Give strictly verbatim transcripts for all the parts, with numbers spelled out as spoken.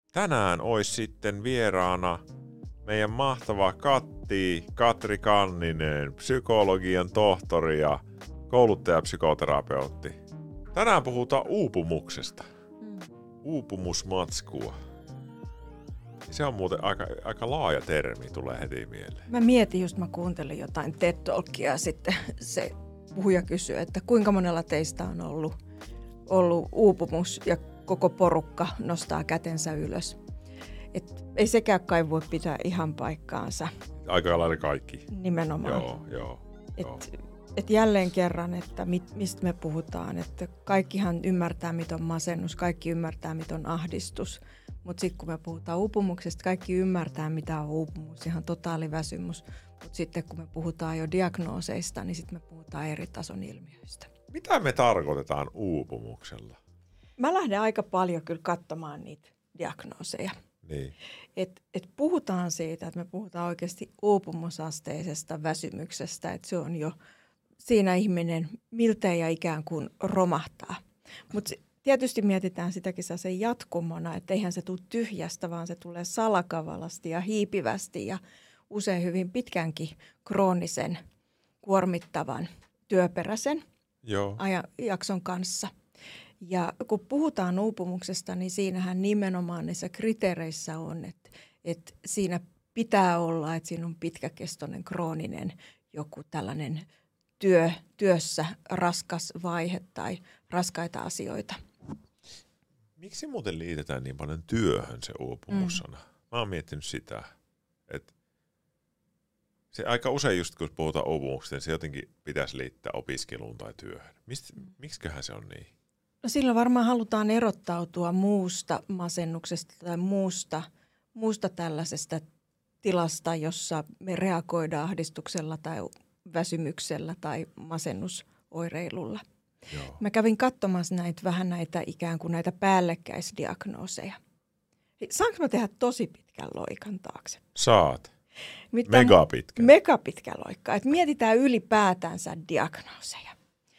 tänään olisi sitten vieraana meidän mahtava Katti, Katri Kanninen, psykologian tohtori ja kouluttajapsykoterapeutti. Tänään puhutaan uupumuksesta. Mm. Uupumusmatskua. Se on muuten aika, aika laaja termi, tulee heti mieleen. Mä mietin just, mä kuuntelin jotain TED Talkia ja sitten se puhuja kysyi, että kuinka monella teistä on ollut, ollut uupumus ja koko porukka nostaa kätensä ylös. Et ei sekään kai voi pitää ihan paikkaansa. Aika lailla kaikki. Nimenomaan. Joo, joo. Et, joo. et jälleen kerran, että mit, mistä me puhutaan, että kaikkihan ymmärtää, mitä on masennus, kaikki ymmärtää, mitä on ahdistus. Mutta sitten kun me puhutaan uupumuksesta, kaikki ymmärtää, mitä on uupumus, ihan totaaliväsymys. Mutta sitten kun me puhutaan jo diagnooseista, niin sitten me puhutaan eri tason ilmiöistä. Mitä me tarkoitetaan uupumuksella? Mä lähden aika paljon kyllä katsomaan niitä diagnooseja. Niin. Et, et puhutaan siitä, että me puhutaan oikeasti uupumusasteisesta väsymyksestä, että se on jo siinä ihminen miltei ja ikään kuin romahtaa. Mutta tietysti mietitään sitäkin sen jatkumona, että eihän se tule tyhjästä, vaan se tulee salakavalasti ja hiipivästi ja usein hyvin pitkänkin kroonisen, kuormittavan, työperäisen Joo. ajan, jakson kanssa. Ja kun puhutaan uupumuksesta, niin siinähän nimenomaan niissä kriteereissä on, että, että siinä pitää olla, että siinä on pitkäkestoinen, krooninen joku tällainen työ, työssä raskas vaihe tai raskaita asioita. Miksi muuten liitetään niin paljon työhön se uupumussana? Mm. Mä oon miettinyt sitä, että se aika usein just kun puhutaan uupumuksesta, niin se jotenkin pitäisi liittää opiskeluun tai työhön. Mist, miksiköhän se on niin? No silloin varmaan halutaan erottautua muusta masennuksesta tai muusta, muusta tällaisesta tilasta, jossa me reagoidaan ahdistuksella tai väsymyksellä tai masennusoireilulla. Joo. Mä kävin katsomassa näitä, vähän näitä ikään kuin näitä päällekkäisdiagnooseja. Saanko mä tehdä tosi pitkän loikan taakse? Saat. Mitään megapitkä. Megapitkä loikka. Et mietitään ylipäätänsä diagnooseja.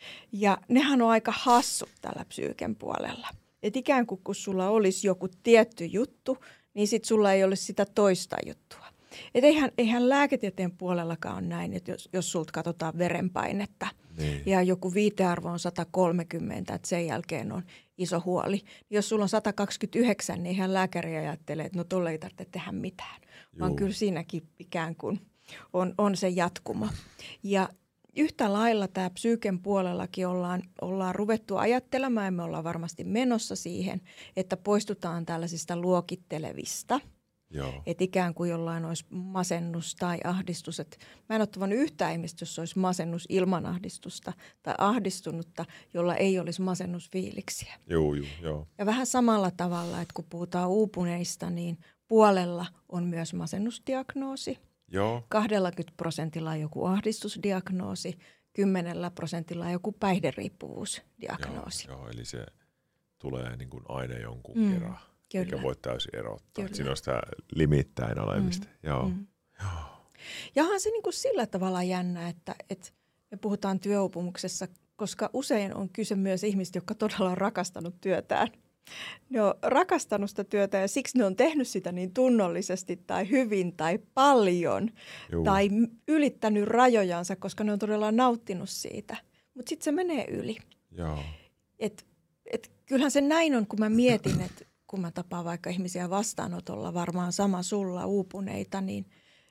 Ja nehän on aika hassut tällä psyyken puolella. Et ikään kuin kun sulla olisi joku tietty juttu, niin sit sulla ei olisi sitä toista juttua. Et eihän, eihän lääketieteen puolellakaan ole näin, että jos, jos sulta katsotaan verenpainetta niin. ja joku viitearvo on sata kolmekymmentä, että sen jälkeen on iso huoli. Jos sulla on sata kaksikymmentäyhdeksän, niin eihän lääkäri ajattelee, että no tuolla ei tarvitse tehdä mitään. Juu. Vaan kyllä siinäkin ikään kuin on, on se jatkumo. Ja yhtä lailla tämä psyyken puolellakin ollaan, ollaan ruvettu ajattelemaan ja me ollaan varmasti menossa siihen, että poistutaan tällaisista luokittelevista. Että ikään kuin jollain olisi masennus tai ahdistus. Et mä en ole tavannut yhtään ihmistä, jos olisi masennus ilman ahdistusta tai ahdistunutta, jolla ei olisi masennusfiiliksiä. Joo, joo, joo. Ja vähän samalla tavalla, että kun puhutaan uupuneista, niin puolella on myös masennusdiagnoosi. Joo. kaksikymmentä prosentilla on joku ahdistusdiagnoosi, kymmenellä prosentilla on joku päihderiippuvuusdiagnoosi. Joo, joo, eli se tulee niin kuin aina jonkun Mm. kerran. Kyllä. Eikä voi täysin erottaa. Kyllä. Siinä on sitä limittäin olemista. Mm. Joo. Mm. Joo. Ja onhan se niin kuin sillä tavalla jännä, että, että me puhutaan työuupumuksessa, koska usein on kyse myös ihmistä, jotka todella on rakastanut työtään. Ne on rakastanut sitä työtä ja siksi ne on tehnyt sitä niin tunnollisesti tai hyvin tai paljon Juu. tai ylittänyt rajojansa, koska ne on todella nauttinut siitä. Mutta sitten se menee yli. Joo. Et, et kyllähän se näin on, kun mä mietin, että kun mä tapaan vaikka ihmisiä vastaanotolla, varmaan sama sulla uupuneita, niin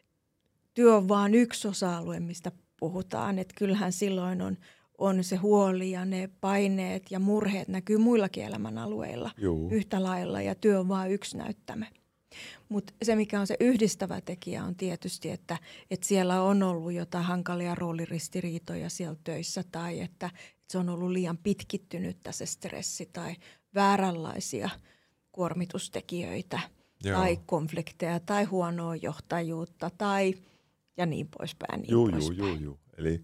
työ on vaan yksi osa-alue, mistä puhutaan. Että kyllähän silloin on, on se huoli ja ne paineet ja murheet näkyy muillakin elämänalueilla Juu. yhtä lailla ja työ on vaan yksi näyttämä. Mutta se, mikä on se yhdistävä tekijä, on tietysti, että, että siellä on ollut jotain hankalia rooliristiriitoja siellä töissä tai että, että se on ollut liian pitkittynyttä se stressi tai vääränlaisia kuormitustekijöitä Joo. tai konflikteja tai huonoa johtajuutta tai ja niin poispäin. Niin Juu, juu, poispäin. juu, juu. Eli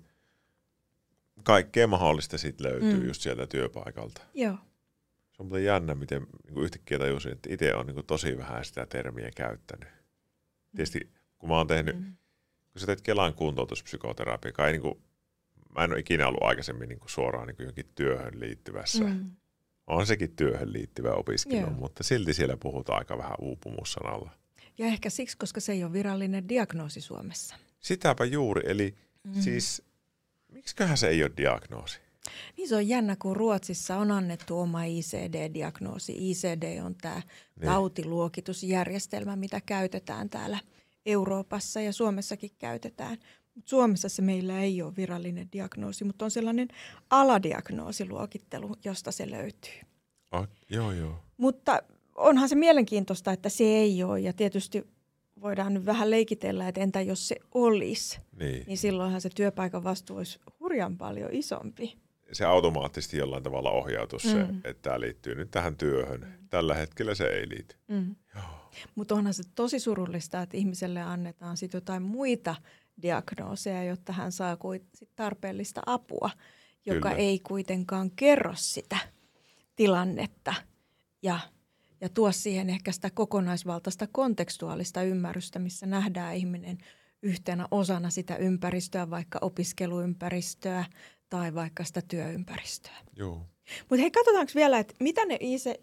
kaikkea mahdollista sitten löytyy Mm. just sieltä työpaikalta. Joo. Se on muuten jännä, miten niin yhtäkkiä tajusin, että itse olen niin tosi vähän sitä termiä käyttänyt. Tietysti kun mä oon tehnyt, Mm. kun sä teet Kelan kuntoutuspsykoterapiaa, kai niin kuin, mä en ole ikinä ollut aikaisemmin niin kuin suoraan niin kuin johonkin työhön liittyvässä Mm. On sekin työhön liittyvä opiskelu, Joo. mutta silti siellä puhutaan aika vähän uupumussanalla. Ja ehkä siksi, koska se ei ole virallinen diagnoosi Suomessa. Sitäpä juuri, eli mm. siis miksiköhän se ei ole diagnoosi? Niin se on jännä, kun Ruotsissa on annettu oma I C D-diagnoosi. I C D on tämä niin. tautiluokitusjärjestelmä, mitä käytetään täällä Euroopassa ja Suomessakin käytetään. Mut Suomessa se meillä ei ole virallinen diagnoosi, mutta on sellainen aladiagnoosiluokittelu, josta se löytyy. Ah, joo, joo. Mutta onhan se mielenkiintoista, että se ei ole. Ja tietysti voidaan nyt vähän leikitellä, että entä jos se olisi, niin, niin silloinhan se työpaikan vastuu olisi hurjan paljon isompi. Se automaattisesti jollain tavalla ohjautuu se, mm. että tämä liittyy nyt tähän työhön. Mm. Tällä hetkellä se ei liity. Mm. Mutta onhan se tosi surullista, että ihmiselle annetaan sitten jotain muita diagnooseja, jotta hän saa tarpeellista apua, joka Kyllä. ei kuitenkaan kerro sitä tilannetta ja, ja tuo siihen ehkä sitä kokonaisvaltaista kontekstuaalista ymmärrystä, missä nähdään ihminen yhtenä osana sitä ympäristöä, vaikka opiskeluympäristöä tai vaikka sitä työympäristöä. Mutta hei, katsotaanko vielä, että mitä ne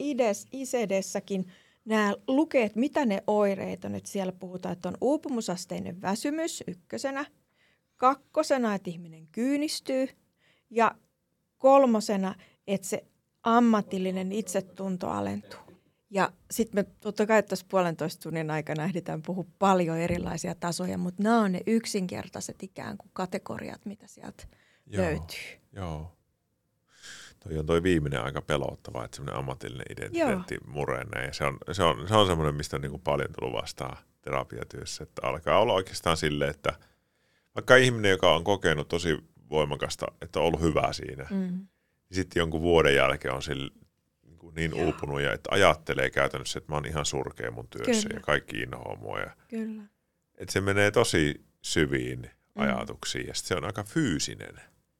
I C D:ssäkin nämä lukee, että mitä ne oireet on. Että siellä puhutaan, että on uupumusasteinen väsymys ykkösenä, kakkosena, että ihminen kyynistyy ja kolmosena, että se ammatillinen itsetunto alentuu. Ja sitten me totta kai tässä puolentoista tunnin aikana ehditään puhua paljon erilaisia tasoja, mutta nämä on ne yksinkertaiset ikään kuin kategoriat, mitä sieltä joo, löytyy. Joo. Toi on toi viimeinen aika pelottava, että semmoinen ammatillinen identiteetti murenee. Se on, se on, se on semmoinen, mistä on niin kuin paljon tullut vastaan terapiatyössä. Että alkaa olla oikeastaan silleen, että vaikka ihminen, joka on kokenut tosi voimakasta, että on ollut hyvä siinä, mm. niin sitten jonkun vuoden jälkeen on sille, niin, kuin niin uupunut, ja että ajattelee käytännössä, että mä oon ihan surkea mun työssä Kyllä. ja kaikki inhoaa mua. Ja, Kyllä. että se menee tosi syviin mm. ajatuksiin ja se on aika fyysinen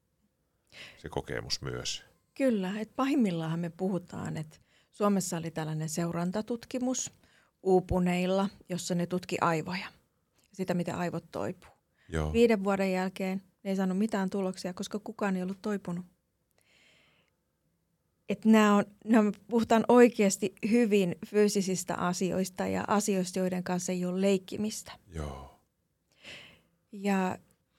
se kokemus myös. Kyllä, että pahimmillaan me puhutaan, että Suomessa oli tällainen seurantatutkimus uupuneilla, jossa ne tutki aivoja, sitä miten aivot toipuu. Joo. Viiden vuoden jälkeen ne ei saanut mitään tuloksia, koska kukaan ei ollut toipunut. Että nämä on, nämä puhutaan oikeasti hyvin fyysisistä asioista ja asioista, joiden kanssa ei ole leikkimistä. Joo. Ja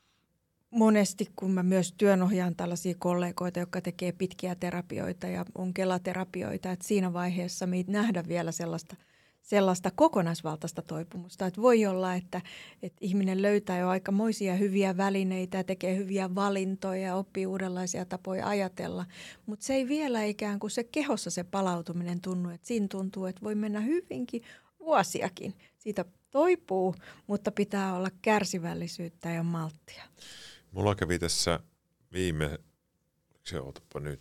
monesti, kun mä myös työnohjaan tällaisia kollegoita, jotka tekee pitkiä terapioita ja on kelaterapioita, että siinä vaiheessa me ei nähdä vielä sellaista, sellaista kokonaisvaltaista toipumusta. Että voi olla, että, että ihminen löytää jo aikamoisia hyviä välineitä ja tekee hyviä valintoja ja oppii uudenlaisia tapoja ajatella, mutta se ei vielä ikään kuin se kehossa se palautuminen tunnu. Että siinä tuntuu, että voi mennä hyvinkin vuosiakin. Siitä toipuu, mutta pitää olla kärsivällisyyttä ja malttia. Mulla kävi tässä viime, se ootapa nyt,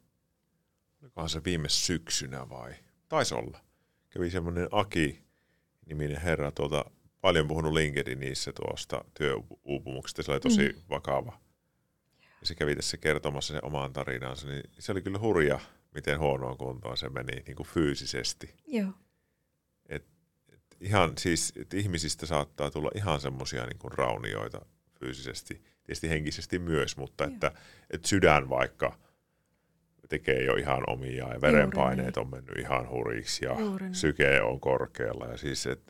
olikohan se viime syksynä vai? Taisi olla. Kävi semmoinen Aki-niminen herra, tuolta, paljon puhunut LinkedInissä tuosta työuupumuksesta, se oli tosi mm. vakava. Ja se kävi tässä kertomassa sen omaan tarinansa, niin se oli kyllä hurja, miten huonoa kuntoon se meni niin kuin fyysisesti. Joo. Et, et ihan siis, että ihmisistä saattaa tulla ihan semmoisia niin kuin raunioita fyysisesti, tietysti henkisesti myös, mutta että, että sydän vaikka tekee jo ihan omia ja verenpaineet on mennyt ihan huriksi ja Juuri syke on korkealla. Ja siis, että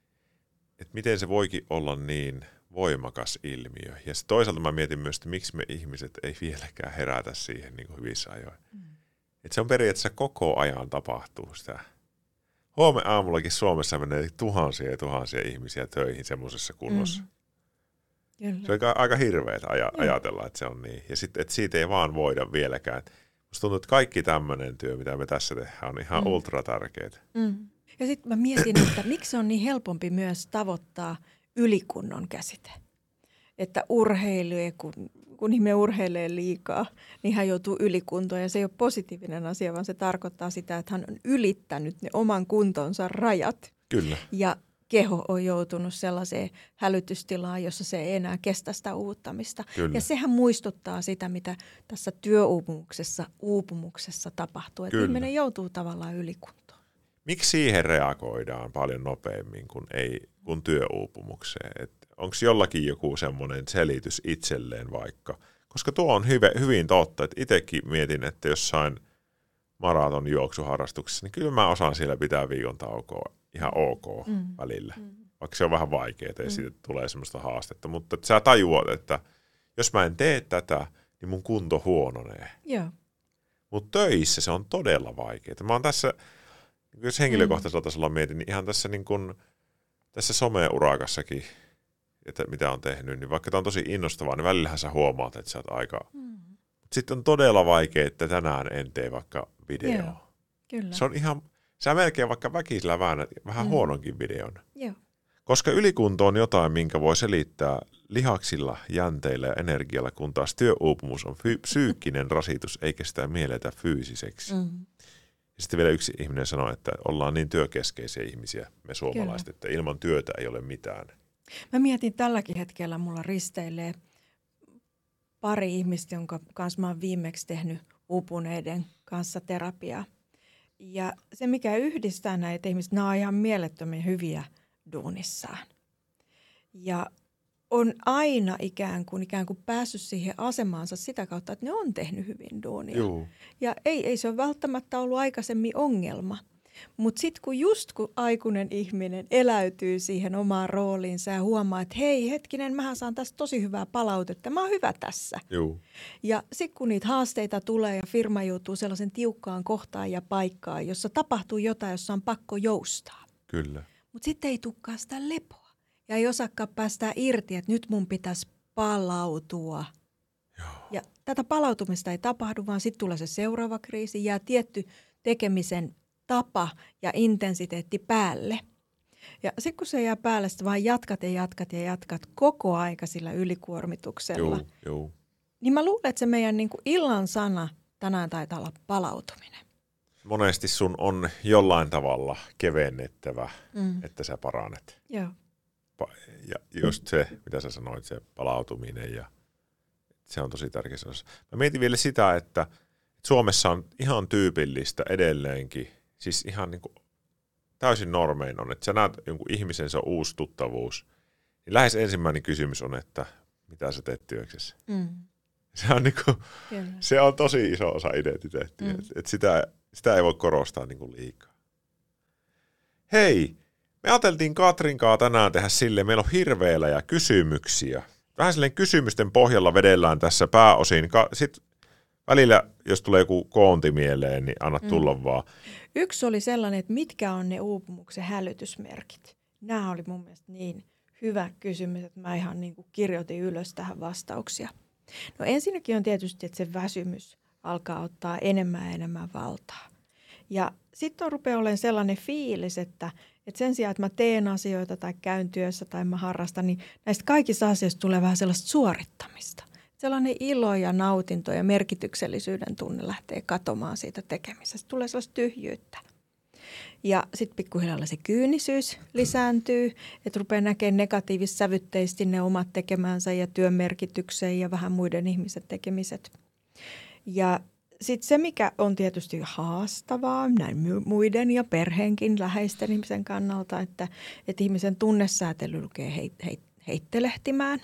et miten se voikin olla niin voimakas ilmiö. Ja toisaalta mä mietin myös, että miksi me ihmiset ei vieläkään herätä siihen niin kuin hyvissä ajoin. Mm. Että se on periaatteessa koko ajan tapahtuu sitä. Huomenna aamullakin Suomessa menee tuhansia ja tuhansia ihmisiä töihin semmoisessa kunnossa. Mm. Kyllä. Se on aika, aika hirveätä aja, ajatella, että se on niin. Ja sitten, että siitä ei vaan voida vieläkään. Musta tuntuu, että kaikki tämmöinen työ, mitä me tässä tehdään, on ihan mm. ultra tärkeää. Mm. Ja sitten mä mietin, että miksi on niin helpompi myös tavoittaa ylikunnon käsite. Että urheiluja, kun, kun ihminen urheilee liikaa, niin hän joutuu ylikuntoon. Ja se ei ole positiivinen asia, vaan se tarkoittaa sitä, että hän on ylittänyt ne oman kuntonsa rajat. Kyllä. Ja keho on joutunut sellaiseen hälytystilaan, jossa se ei enää kestä sitä uuttamista. Kyllä. Ja sehän muistuttaa sitä, mitä tässä työuupumuksessa uupumuksessa tapahtuu. Että ihminen joutuu tavallaan ylikuntoon. Miksi siihen reagoidaan paljon nopeammin kuin, ei, kuin työuupumukseen? Onko jollakin joku semmoinen selitys itselleen vaikka? Koska tuo on hyve, hyvin totta. Että itsekin mietin, että jossain maraton juoksuharrastuksessa, niin kyllä mä osaan siellä pitää viikon taukoa ihan ok mm. välillä. Mm. Vaikka se on vähän vaikeaa ja mm. siitä tulee semmoista haastetta. Mutta että sä tajuat, että jos mä en tee tätä, niin mun kunto huononee. Joo. Mutta töissä se on todella vaikeaa. Mä oon tässä, jos henkilökohtaisella tasolla mietin, niin ihan tässä, niin kun, tässä some-urakassakin, että mitä on tehnyt, niin vaikka tämä on tosi innostavaa, niin välillähän sä huomaat, että sä oot aika... Mm. Sitten on todella vaikea, että tänään en tee vaikka videoa. Joo, kyllä. Se on ihan... Sä melkein vaikka väkisellä väännät vähän mm. huononkin videon. Joo. Koska ylikunto on jotain, minkä voi selittää lihaksilla, jänteillä ja energialla, kun taas työuupumus on fy- psyykkinen rasitus, eikä sitä mielletä fyysiseksi. Mm. Ja sitten vielä yksi ihminen sanoi, että ollaan niin työkeskeisiä ihmisiä, me suomalaiset, Kyllä. että ilman työtä ei ole mitään. Mä mietin tälläkin hetkellä, mulla risteilee pari ihmistä, jonka kanssa mä oon viimeksi tehnyt uupuneiden kanssa terapiaa. Ja se, mikä yhdistää näitä ihmisiä, nämä on ihan mielettömän hyviä duunissaan. Ja on aina ikään kuin, ikään kuin päässyt siihen asemaansa sitä kautta, että ne on tehnyt hyvin duunia. Juu. Ja ei, ei se ole välttämättä ollut aikaisemmin ongelma. Mutta sitten kun just kun aikuinen ihminen eläytyy siihen omaan rooliinsa ja huomaa, että hei hetkinen, mähän saan tästä tosi hyvää palautetta, mä oon hyvä tässä. Juu. Ja sitten kun niitä haasteita tulee ja firma joutuu sellaisen tiukkaan kohtaan ja paikkaan, jossa tapahtuu jotain, jossa on pakko joustaa. Kyllä. Mutta sitten ei tulekaan sitä lepoa ja ei osaakaan päästää irti, että nyt mun pitäisi palautua. Joo. Ja tätä palautumista ei tapahdu, vaan sitten tulee se seuraava kriisi, jää tietty tekemisen tapa ja intensiteetti päälle. Ja sitten kun se jää päälle, sitten vaan jatkat ja jatkat ja jatkat koko aika sillä ylikuormituksella. Joo, joo. Niin mä luulen, että se meidän niin kuin illan sana tänään taitaa olla palautuminen. Monesti sun on jollain tavalla kevennettävä, mm. että sä paranet. Joo. Ja just se, mitä sä sanoit, se palautuminen, ja se on tosi tärkeä. Mä mietin vielä sitä, että Suomessa on ihan tyypillistä edelleenkin, siis ihan niin kuin täysin normein on, että sä näet jonkun ihmisen, se on uusi tuttavuus, niin lähes ensimmäinen kysymys on, että mitä sä teet työksessä. Mm. Se on, niin kuin, se on tosi iso osa identiteettiä, mm. että sitä, sitä ei voi korostaa niin kuin liikaa. Hei, me ajateltiin Katrinkaa tänään tehdä silleen, meillä on hirveellä ja kysymyksiä. Vähän silleen kysymysten pohjalla vedellään tässä pääosin. Sitten välillä, jos tulee joku koonti mieleen, niin anna tulla mm. vaan. Yksi oli sellainen, että mitkä on ne uupumuksen hälytysmerkit? Nämä oli mun mielestä niin hyvä kysymys, että mä ihan niin kuin kirjoitin ylös tähän vastauksia. No ensinnäkin on tietysti, että se väsymys alkaa ottaa enemmän ja enemmän valtaa. Ja sitten on rupeaa olemaan sellainen fiilis, että, että sen sijaan, että mä teen asioita tai käyn työssä tai mä harrastan, niin näistä kaikista asioista tulee vähän sellaista suorittamista. Sellainen ilo ja nautinto ja merkityksellisyyden tunne lähtee katomaan siitä tekemisestä. Tulee sellaista tyhjyyttä. Ja sitten pikkuhiljaa se kyynisyys lisääntyy, että rupeaa näkemään negatiivissävytteisesti ne omat tekemänsä ja työn merkityksen ja vähän muiden ihmisen tekemiset. Ja sitten se, mikä on tietysti haastavaa näin muiden ja perheenkin läheisten ihmisen kannalta, että, että ihmisen tunnesäätely lukee heit, heit, heittelehtimään.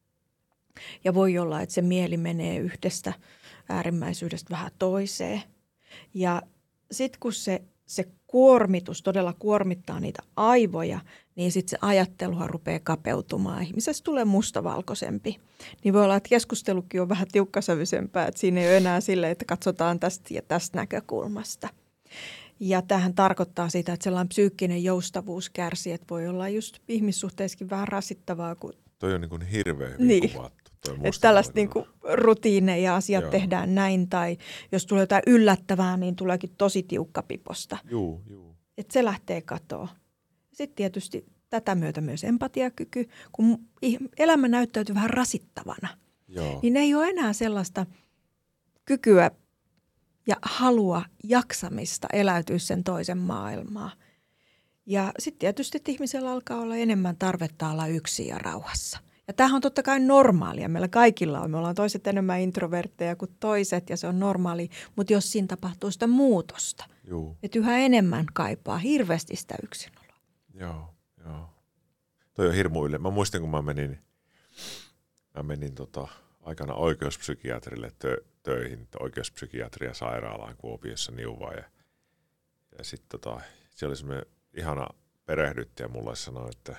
Ja voi olla, että se mieli menee yhdestä äärimmäisyydestä vähän toiseen. Ja sitten kun se, se kuormitus todella kuormittaa niitä aivoja, niin sitten se ajatteluhan rupeaa kapeutumaan. Ihmisestä tulee mustavalkoisempi. Niin voi olla, että keskustelukin on vähän tiukkasävyisempää, että siinä ei ole enää silleen, että katsotaan tästä ja tästä näkökulmasta. Ja tämähän tarkoittaa sitä, että sellainen psyykkinen joustavuus kärsii, että voi olla just ihmissuhteissakin vähän rasittavaa. Kun... Toi on niin kuin hirveän hyvin niin. kuvattu. Että tällaista niin kuin rutiineja asiat Joo. tehdään näin, tai jos tulee jotain yllättävää, niin tuleekin tosi tiukka piposta. Juu, juu. Että se lähtee katoa. Sitten tietysti tätä myötä myös empatiakyky, kun elämä näyttäytyy vähän rasittavana, Joo. niin ei ole enää sellaista kykyä ja halua jaksamista eläytyä sen toisen maailmaa. Ja sitten tietysti, että ihmisellä alkaa olla enemmän tarvetta olla yksin ja rauhassa. Ja tämähän on totta kai normaalia. Meillä kaikilla on. Me ollaan toiset enemmän introvertteja kuin toiset ja se on normaali. Mutta jos siinä tapahtuu sitä muutosta, Juu. että yhä enemmän kaipaa hirveästi sitä yksinoloa. Joo, joo. Toi on hirmu yle. Mä muistan, kun mä menin, mä menin tota aikana oikeuspsykiatrille tö- töihin, oikeuspsykiatria sairaalaan Kuopiossa Niuvaan. Ja, ja sitten tota, se oli semmoinen ihana perehdyttäjä mulle sanoi, että,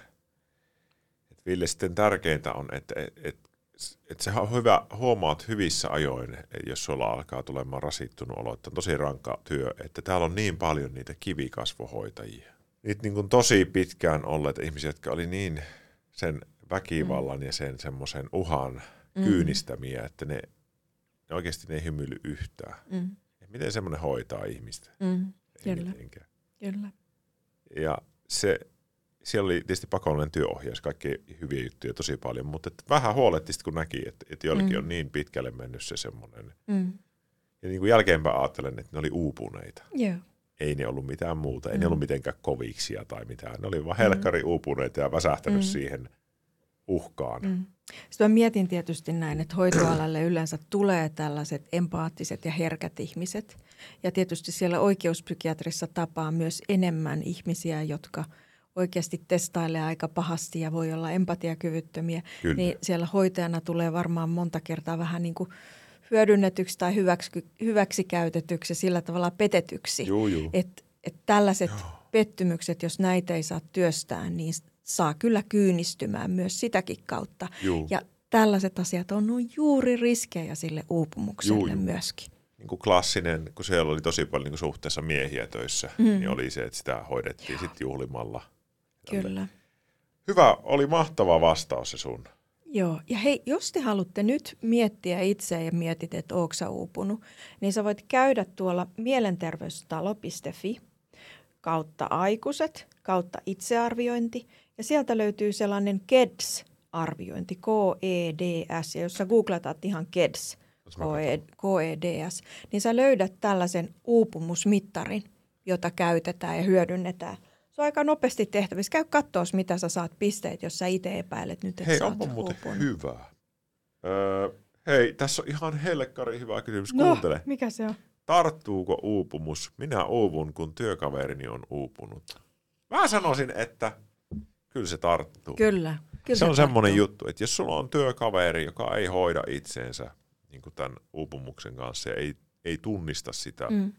että Ville, sitten tärkeintä on, että et, et, et se on hyvä, huomaat hyvissä ajoin, jos sulla alkaa tulemaan rasittunut olo, että on tosi rankka työ, että täällä on niin paljon niitä kivikasvohoitajia. Niitä niin kuin tosi pitkään olleet ihmisiä, jotka oli niin sen väkivallan mm. ja sen semmoisen uhan mm. kyynistämiä, että ne, ne oikeasti ne ei hymyily yhtään. Mm. Miten semmoinen hoitaa ihmistä? Mm. Kyllä. Kyllä. Ja se, siellä oli tietysti pakollinen työohjaus, kaikki hyviä juttuja tosi paljon, mutta et vähän huoletti sit, kun näki, että, että jollakin mm. on niin pitkälle mennyt se semmoinen. Mm. Ja niin kuin jälkeenpäin ajattelen, että ne oli uupuneita. Yeah. Ei ne ollut mitään muuta, ei mm. ne ollut mitenkään koviksia tai mitään. Ne oli vaan helkkari uupuneita ja väsähtänyt mm. siihen uhkaan. Mm. Sitten mä mietin tietysti näin, että hoitoalalle yleensä tulee tällaiset empaattiset ja herkät ihmiset. Ja tietysti siellä oikeuspsykiatrissa tapaa myös enemmän ihmisiä, jotka oikeasti testailee aika pahasti ja voi olla empatiakyvyttömiä. Kyllä. Niin siellä hoitajana tulee varmaan monta kertaa vähän niin kuin hyödynnetyksi tai hyväksi, hyväksi käytetyksi ja sillä tavalla petetyksi. Että et tällaiset Joo. pettymykset, jos näitä ei saa työstää, niin saa kyllä kyynistymään myös sitäkin kautta. Juu. Ja tällaiset asiat on juuri riskejä sille uupumukselle Juu, myöskin. Niin kuin klassinen, kun siellä oli tosi paljon niin kuin suhteessa miehiä töissä, mm. niin oli se, että sitä hoidettiin sitten juhlimalla. Kyllä. Hyvä, oli mahtava vastaus se sun. Joo, ja hei, jos te haluatte nyt miettiä itseä ja mietit, että ootko sä uupunut, niin sä voit käydä tuolla mielenterveystalo piste fi kautta aikuiset, kautta itsearviointi, ja sieltä löytyy sellainen K E D S-arviointi, K E D S, ja jos sä googlatat ihan K E D S, K E D S, niin sä löydät tällaisen uupumusmittarin, jota käytetään ja hyödynnetään. Se on aika nopeasti tehtävissä. Käy katsoa, mitä sä saat pisteet, jos sä itse epäilet nyt, että hei, sä oot uupunut. Hei, onpa muuten hyvä. Öö, hei, tässä on ihan helkkari hyvä kysymys. No, kuuntele. Mikä se on? Tarttuuko uupumus? Minä uupun, kun työkaverini on uupunut. Mä sanoisin, että kyllä se tarttuu. Kyllä. kyllä se on semmoinen juttu, että jos sulla on työkaveri, joka ei hoida itseensä niin kuin tämän uupumuksen kanssa ja ei, ei tunnista sitä, mm.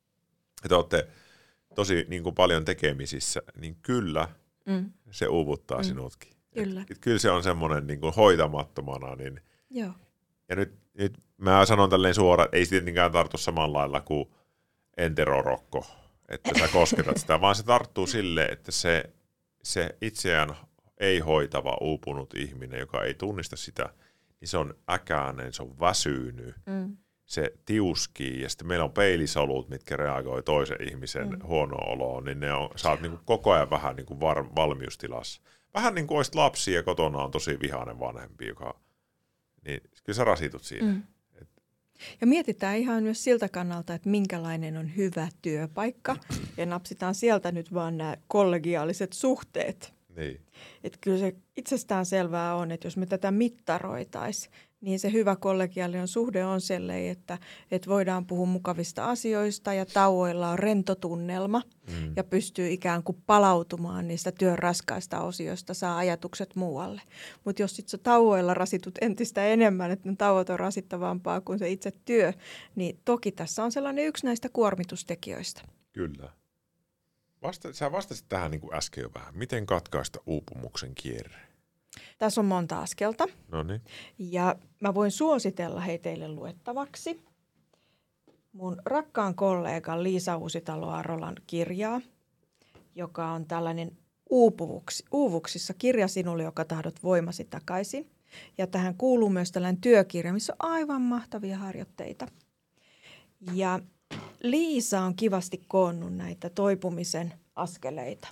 että olette tosi niin kuin paljon tekemisissä, niin kyllä mm. se uuvuttaa mm. sinutkin. Kyllä. Et, et kyllä se on semmoinen niin kuin hoitamattomana. Niin, Joo. Ja nyt, nyt mä sanon tälleen suoraan, että ei se tietenkään tartu samalla lailla kuin enterorokko, että sä kosketat sitä, vaan se tarttuu silleen, että se, se itseään ei hoitava uupunut ihminen, joka ei tunnista sitä, niin se on äkäinen, se on väsynyt. Mm. Se tiuskii ja sitten meillä on peilisolut, mitkä reagoi toisen ihmisen mm. huonoon oloon, niin ne on, sä oot niinku koko ajan vähän niinku var, valmiustilassa. Vähän niin kuin olisit lapsi ja kotona on tosi vihainen vanhempi, joka, niin kyllä sä rasitut siinä. Mm. Et. Ja mietitään ihan myös siltä kannalta, että minkälainen on hyvä työpaikka ja napsitaan sieltä nyt vaan nämä kollegiaaliset suhteet. Niin. Että kyllä se itsestään selvää on, että jos me tätä mittaroitaisiin, niin se hyvä kollegiaalinen suhde on sellainen, että, että voidaan puhua mukavista asioista ja tauoilla on rentotunnelma mm. ja pystyy ikään kuin palautumaan niistä työn raskaista osioista, saa ajatukset muualle. Mutta jos sitten tauoilla rasitut entistä enemmän, että ne tauot on rasittavampaa kuin se itse työ, niin toki tässä on sellainen yksi näistä kuormitustekijöistä. Kyllä. Vasta, sä vastasit tähän niin kuin äsken jo vähän. Miten katkaista uupumuksen kierre? Tässä on monta askelta. Noniin. Ja mä voin suositella hei teille luettavaksi mun rakkaan kollegan Liisa Uusitalo-Arolan kirjaa, joka on tällainen uupuvuksi, uuvuksissa kirja sinulle, joka tahdot voimasi takaisin. Ja tähän kuuluu myös tällainen työkirja, missä on aivan mahtavia harjoitteita. Ja Liisa on kivasti koonnut näitä toipumisen askeleita.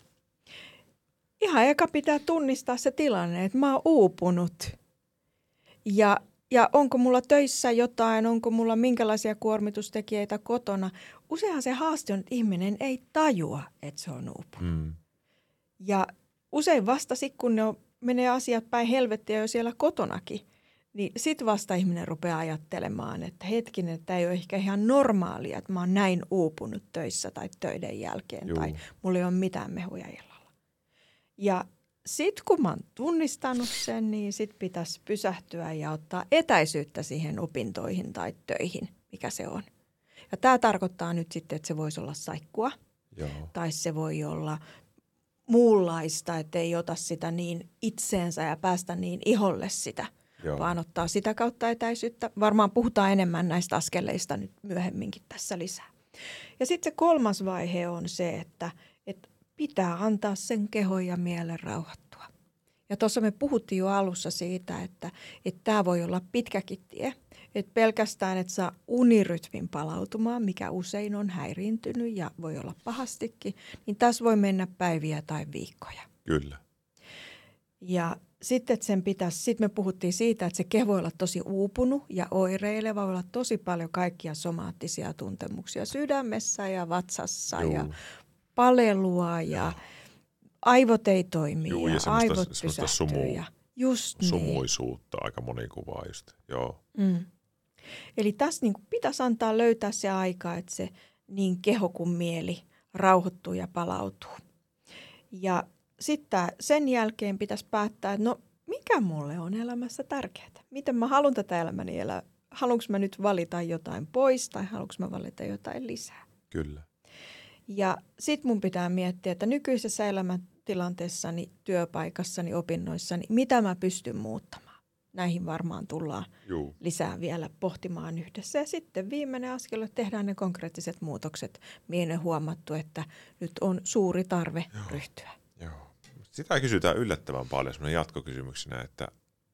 Ihan eka pitää tunnistaa se tilanne, että mä oon uupunut. Ja, ja onko mulla töissä jotain, onko mulla minkälaisia kuormitustekijöitä kotona. Useinhan se haaste on, että ihminen ei tajua, että se on uupunut. Mm. Ja usein vasta sit, kun ne on, menee asiat päin helvettiä jo siellä kotonakin, niin sit vasta ihminen rupeaa ajattelemaan, että hetkinen, että ei ole ehkä ihan normaalia, että mä oon näin uupunut töissä tai töiden jälkeen. Juu. Tai mulla ei ole mitään mehuja illalla. Ja sitten kun mä oon tunnistanut sen, niin sitten pitäisi pysähtyä ja ottaa etäisyyttä siihen opintoihin tai töihin, mikä se on. Ja tämä tarkoittaa nyt sitten, että se voisi olla saikkua. Joo. Tai se voi olla muunlaista, että ei ota sitä niin itseensä ja päästä niin iholle sitä, Joo. vaan ottaa sitä kautta etäisyyttä. Varmaan puhutaan enemmän näistä askeleista nyt myöhemminkin tässä lisää. Ja sitten se kolmas vaihe on se, että, että pitää antaa sen kehon ja mielen rauhoittua. Ja tuossa me puhuttiin jo alussa siitä, että tämä voi olla pitkäkin tie. Että pelkästään, että saa unirytmin palautumaan, mikä usein on häiriintynyt ja voi olla pahastikin, niin tässä voi mennä päiviä tai viikkoja. Kyllä. Ja sitten että sen pitäisi, sitten me puhuttiin siitä, että se keho voi olla tosi uupunut ja oireileva, voi olla tosi paljon kaikkia somaattisia tuntemuksia sydämessä ja vatsassa Juu. ja palelua ja Joo. aivot ei toimi Juu, ja, ja semmoista, aivot semmoista pysähtyy. sumu, ja just sumuisuutta niin. Aika moni kuvaa just, joo. Mm. Eli tässä niin kuin pitäisi antaa löytää se aika, että se niin keho kuin mieli rauhoittuu ja palautuu. Ja sitten sen jälkeen pitäisi päättää, että no mikä mulle on elämässä tärkeää? Miten mä haluan tätä elämäni elää? Haluanko mä nyt valita jotain pois tai haluanko mä valita jotain lisää? Kyllä. Ja sitten mun pitää miettiä, että nykyisessä elämäntilanteessani, työpaikassani, opinnoissani, mitä mä pystyn muuttamaan. Näihin varmaan tullaan Juu. lisää vielä pohtimaan yhdessä. Ja sitten viimeinen askel, että tehdään ne konkreettiset muutokset, mihin on huomattu, että nyt on suuri tarve Joo. ryhtyä. Joo. Sitä kysytään yllättävän paljon sellainen jatkokysymyksenä, että,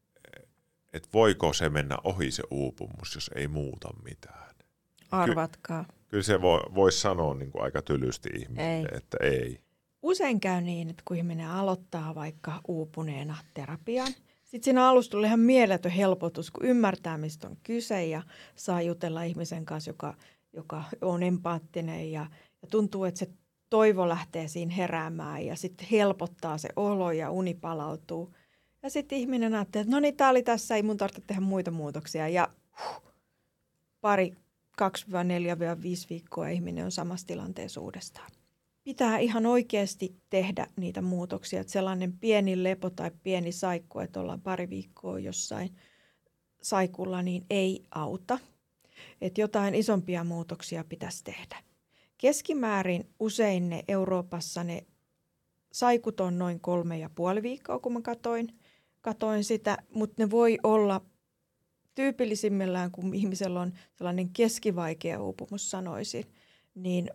että voiko se mennä ohi se uupumus, jos ei muuta mitään. Arvatkaa. Ky- kyllä se voi, voisi sanoa niin kuin aika tylysti ihmisille, ei. että ei. Usein käy niin, että kun ihminen aloittaa vaikka uupuneena terapian, sitten siinä alussa tulee ihan mieletön helpotus, kun ymmärtää, mistä on kyse ja saa jutella ihmisen kanssa, joka, joka on empaattinen ja, ja tuntuu, että se toivo lähtee siinä heräämään ja sitten helpottaa se olo ja uni palautuu. Ja sitten ihminen ajattelee, että no niin, tämä oli tässä, ei mun tarvitse tehdä muita muutoksia. Ja huh, pari, kaksi, neljä, viisi viikkoa ihminen on samassa tilanteessa uudestaan. Pitää ihan oikeasti tehdä niitä muutoksia, että sellainen pieni lepo tai pieni saikku, että ollaan pari viikkoa jossain saikulla, niin ei auta. Että jotain isompia muutoksia pitäisi tehdä. Keskimäärin usein ne Euroopassa ne saikut on noin kolme ja puoli viikkoa, kun mä katoin, katoin sitä, mutta ne voi olla tyypillisimmillään, kun ihmisellä on sellainen keskivaikea uupumus, sanoisin, niin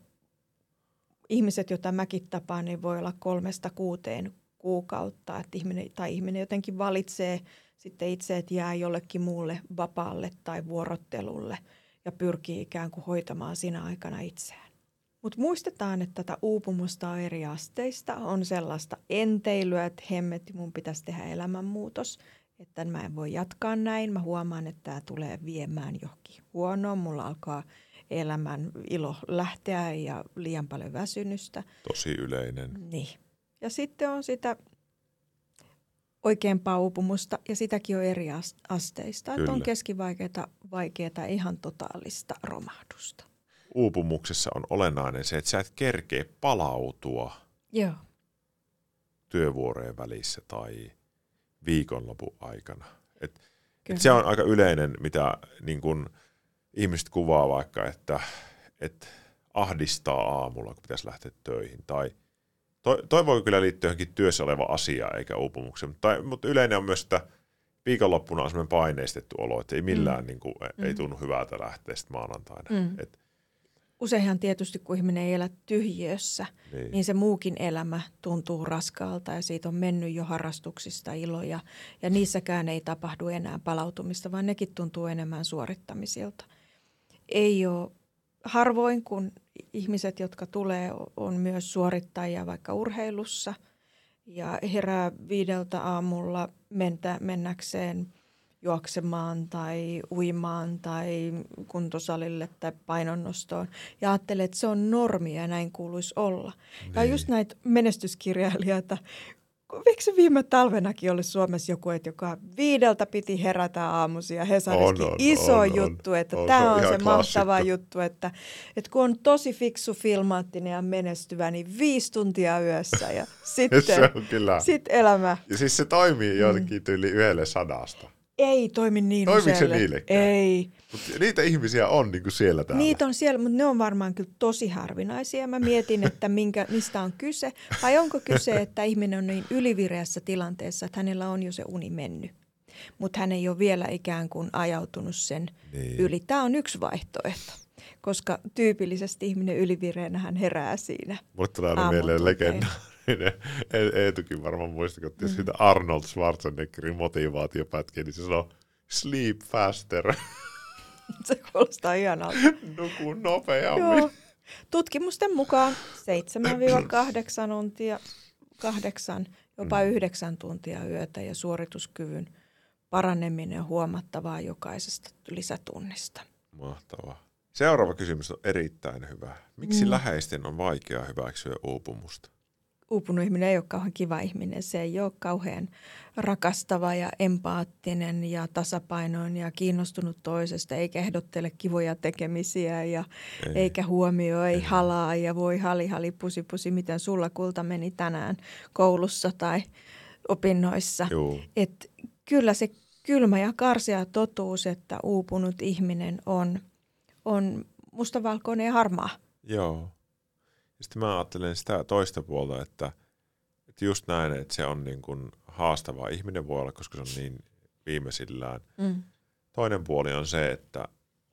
ihmiset, joita mäkin tapaan, niin voi olla kolmesta kuuteen kuukautta, että ihminen, tai ihminen jotenkin valitsee sitten itse, että jää jollekin muulle vapaalle tai vuorottelulle ja pyrkii ikään kuin hoitamaan siinä aikana itseään. Mutta muistetaan, että tätä uupumusta on eri asteista. On sellaista enteilyä, että hemmetti, mun pitäisi tehdä elämänmuutos, että mä en voi jatkaa näin. Mä huomaan, että tämä tulee viemään johonkin huonoon. Mulla alkaa elämän ilo lähteä ja liian paljon väsynystä. Tosi yleinen. Niin. Ja sitten on sitä oikeampaa uupumusta ja sitäkin on eri asteista. Että on keskivaikeata, vaikeata, ihan totaalista romahdusta. Uupumuksessa on olennainen se, että sä et kerkeä palautua Joo. työvuorojen välissä tai viikonlopun aikana. Et, et se on aika yleinen, mitä niin kun ihmiset kuvaa vaikka, että et ahdistaa aamulla, kun pitäisi lähteä töihin. Tai toi, toi voi kyllä liittyä johonkin työssä oleva asia eikä uupumukseen, mutta, mutta yleinen on myös, että viikonloppuna on sellainen paineistettu olo, että ei millään mm. niin kuin, mm. ei tunnu hyvältä lähteä sitten maanantaina. Mm. Et, Useinhan tietysti, kun ihminen ei elä tyhjiössä, niin. niin se muukin elämä tuntuu raskaalta ja siitä on mennyt jo harrastuksista iloja. Ja niissäkään ei tapahdu enää palautumista, vaan nekin tuntuu enemmän suorittamisilta. Ei ole harvoin, kun ihmiset, jotka tulee, on myös suorittajia vaikka urheilussa ja herää viideltä aamulla mentä, mennäkseen juoksemaan tai uimaan tai kuntosalille tai painonnostoon ja ajattelee, että se on normia ja näin kuuluisi olla. Niin. Ja just näitä menestyskirjailijoita eikö se viime talvenakin oli Suomessa joku, että joka viideltä piti herätä aamuisin ja Hesarissakin on, on, iso on, juttu, että on, tämä on, on se se, on se klassikko. mahtava juttu, että, että kun on tosi fiksu, filmaattinen ja menestyvä, niin viisi tuntia yössä ja sitten Se on kyllä. sit elämä. Ja siis se toimii jotenkin tyyli yhdelle sadasta. Ei toimi niin Toimiiko se useille. niillekään? Ei. Mut niitä ihmisiä on niinku siellä täällä. Niitä on siellä, mutta ne on varmaan kyllä tosi harvinaisia. Mä mietin, että minkä, mistä on kyse. Vai onko kyse, että ihminen on niin ylivireässä tilanteessa, että hänellä on jo se uni mennyt. Mutta hän ei ole vielä ikään kuin ajautunut sen niin. yli. Tämä on yksi vaihtoehto, koska tyypillisesti ihminen ylivireänä hän herää siinä. Mulle tulee aina mieleen legendaarinen. Eetukin varmaan muistaa, että mm. siitä Arnold Schwarzeneggerin motivaatiopätkiä, niin se sanoo sleep faster. Se kuulostaa ihanalta. Nuku nopeammin. Joo. Tutkimusten mukaan seitsemän kahdeksan tuntia, kahdeksan, jopa Mm. yhdeksän tuntia yötä ja suorituskyvyn paraneminen on huomattavaa jokaisesta lisätunnista. Mahtavaa. Seuraava kysymys on erittäin hyvä. Miksi Mm. läheisten on vaikea hyväksyä uupumusta? Uupunut ihminen ei ole kauhean kiva ihminen. Se ei ole kauhean rakastava ja empaattinen ja tasapainoinen ja kiinnostunut toisesta, eikä ehdottele kivoja tekemisiä ja Ei. eikä huomioi, ei, Ei. halaa ja voi hali hali pusi pusi, miten sulla kulta meni tänään koulussa tai opinnoissa. Joo. Et kyllä se kylmä ja karsea totuus, että uupunut ihminen on, on mustavalkoinen ja harmaa. Joo. Sitten mä ajattelen sitä toista puolta, että, että just näin, että se on niin kuin haastavaa. Ihminen voi olla, koska se on niin viimeisillään. Mm. Toinen puoli on se, että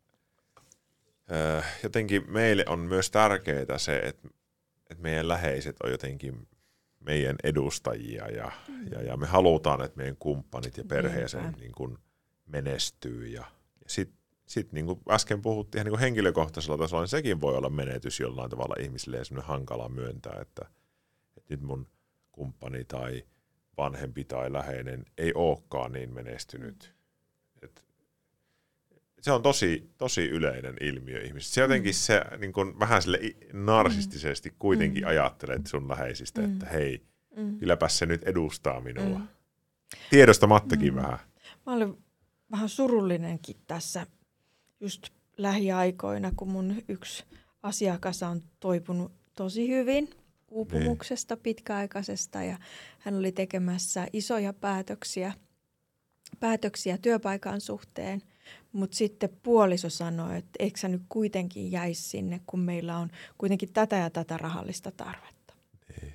äh, jotenkin meille on myös tärkeää se, että, että meidän läheiset on jotenkin meidän edustajia ja, mm. ja, ja me halutaan, että meidän kumppanit ja perheeseen niin kuin menestyy. Ja, ja sitten sit, niin kuin äsken puhuttiin niin kuin henkilökohtaisella tasolla, niin sekin voi olla menetys jollain tavalla ihmisille ja semmoinen hankala myöntää, että, että nyt mun kumppani tai vanhempi tai läheinen ei olekaan niin menestynyt. Et se on tosi, tosi yleinen ilmiö ihmisistä. Se jotenkin se niin kuin vähän sille narsistisesti kuitenkin Mm. ajattelet sun läheisistä, Mm. että hei, Mm. kylläpä se nyt edustaa minua. Mm. Tiedostamattakin Mm. vähän. Mä olin vähän surullinenkin tässä just lähiaikoina, kun mun yksi asiakas on toipunut tosi hyvin uupumuksesta pitkäaikaisesta ja hän oli tekemässä isoja päätöksiä, päätöksiä työpaikan suhteen, mutta sitten puoliso sanoi, että eikö sä nyt kuitenkin jäisi sinne, kun meillä on kuitenkin tätä ja tätä rahallista tarvetta. Niin.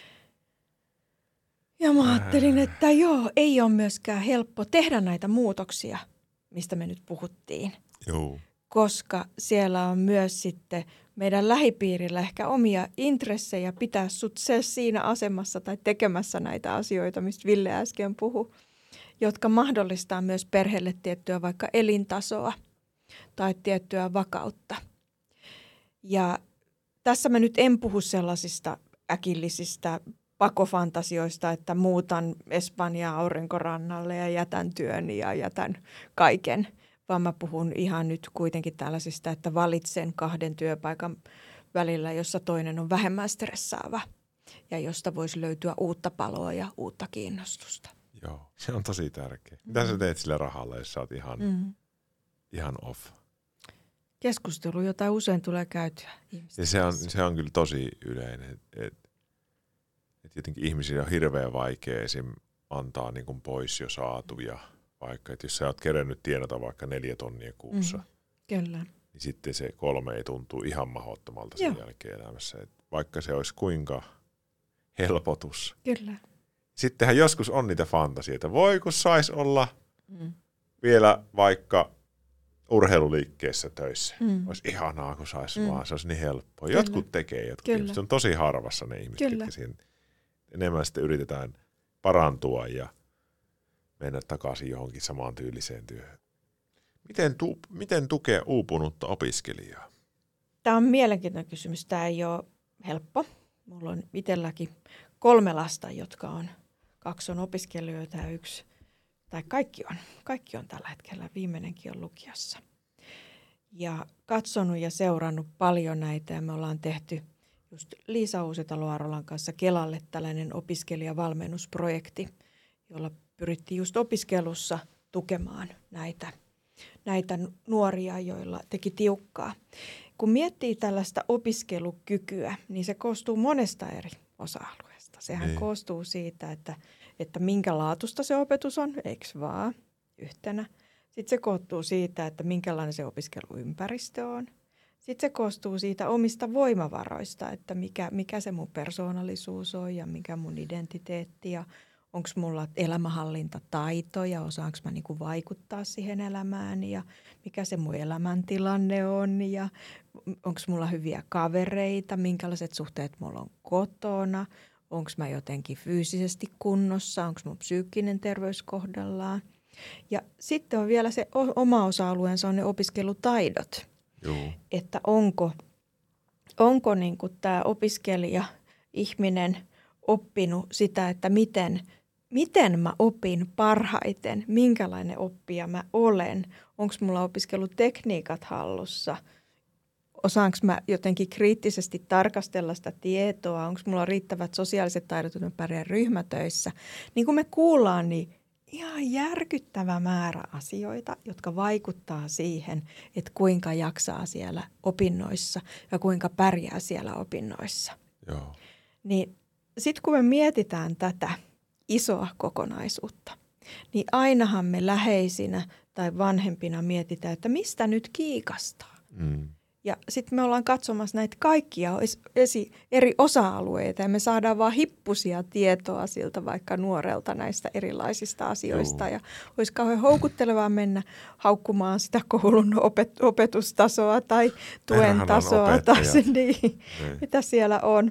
Ja mä ajattelin, että joo, ei ole myöskään helppo tehdä näitä muutoksia, mistä me nyt puhuttiin. Joo. Koska siellä on myös sitten meidän lähipiirillä ehkä omia intressejä pitää sut se siinä asemassa tai tekemässä näitä asioita, mistä Ville äsken puhui, jotka mahdollistaa myös perheelle tiettyä vaikka elintasoa tai tiettyä vakautta. Ja tässä mä nyt en puhu sellaisista äkillisistä pakofantasioista, että muutan Espanjaa aurinkorannalle ja jätän työn ja jätän kaiken, vaan mä puhun ihan nyt kuitenkin tällaisista, että valitsen kahden työpaikan välillä, jossa toinen on vähemmän stressaava ja josta voisi löytyä uutta paloa ja uutta kiinnostusta. Joo, se on tosi tärkeä. Mitä mm. sä teet sillä rahalla, jos sä oot ihan, mm. ihan off? Keskustelu, jota usein tulee käytyä. Ja se on, se on kyllä tosi yleinen, että et, et jotenkin ihmisillä on hirveän vaikea esim. Antaa niin kuin pois jo saatuja, vaikka että jos sä oot kerennyt tienata vaikka neljä tonnia kuussa, mm. Kyllä. niin sitten se kolme ei tuntuu ihan mahdottomalta sen Joo. jälkeen elämässä. Et vaikka se olisi kuinka helpotus. Kyllä. Sittenhän joskus on niitä fantasioita. Voi kun sais olla Mm. vielä vaikka urheiluliikkeessä töissä. Mm. Olisi ihanaa, kun sais Mm. vaan. Se olisi niin helppoa. Kyllä. Jotkut tekee, jotkut Kyllä. ihmiset. Se on tosi harvassa ne ihmiset, Kyllä. jotka siihen enemmän sitten yritetään parantua ja mennä takaisin johonkin samaan tyyliseen työhön. Miten, tu- miten tukea uupunutta opiskelijaa? Tämä on mielenkiintoinen kysymys. Tämä ei ole helppo. Mulla on itselläkin kolme lasta, jotka on, kaksi on opiskelijoita ja yksi, tai kaikki on, kaikki on tällä hetkellä, viimeinenkin on lukiossa. Ja katsonut ja seurannut paljon näitä ja me ollaan tehty just Liisa Uusitalo-Arolan kanssa Kelalle tällainen opiskelijavalmennusprojekti, jolla pyrittiin just opiskelussa tukemaan näitä, näitä nuoria, joilla teki tiukkaa. Kun miettii tällaista opiskelukykyä, niin se koostuu monesta eri osa-alueesta. Sehän niin. koostuu siitä, että, että minkä laatusta se opetus on, eikö vaan, yhtenä. Sitten se koostuu siitä, että minkälainen se opiskeluympäristö on. Sitten se koostuu siitä omista voimavaroista, että mikä, mikä se mun persoonallisuus on ja mikä mun identiteetti ja onko mulla elämänhallintataito ja osaanko mä niinku vaikuttaa siihen elämään ja mikä se mun elämäntilanne on ja onko mulla hyviä kavereita, minkälaiset suhteet mulla on kotona, onko mä jotenkin fyysisesti kunnossa, onko mun psyykkinen terveys kohdallaan. Ja sitten on vielä se oma osa-alueensa on ne opiskelutaidot, Joo. että onko, onko niinku tämä opiskelija, ihminen oppinut sitä, että miten, miten mä opin parhaiten, minkälainen oppija mä olen, onko mulla opiskelutekniikat hallussa, osaanko mä jotenkin kriittisesti tarkastella sitä tietoa, onko mulla riittävät sosiaaliset taidot, että mä pärjään ryhmätöissä. Niin kuin me kuullaan, niin ihan järkyttävä määrä asioita, jotka vaikuttaa siihen, että kuinka jaksaa siellä opinnoissa ja kuinka pärjää siellä opinnoissa. Joo. Niin sitten kun me mietitään tätä isoa kokonaisuutta, niin ainahan me läheisinä tai vanhempina mietitään, että mistä nyt kiikastaa. Mm. Ja sitten me ollaan katsomassa näitä kaikkia esi- eri osa-alueita ja me saadaan vaan hippusia tietoa siltä vaikka nuorelta näistä erilaisista asioista. Joo. Ja olisi kauhean houkuttelevaa mennä haukkumaan sitä koulun opet- opetustasoa tai tuen tasoa tai niin, mitä siellä on.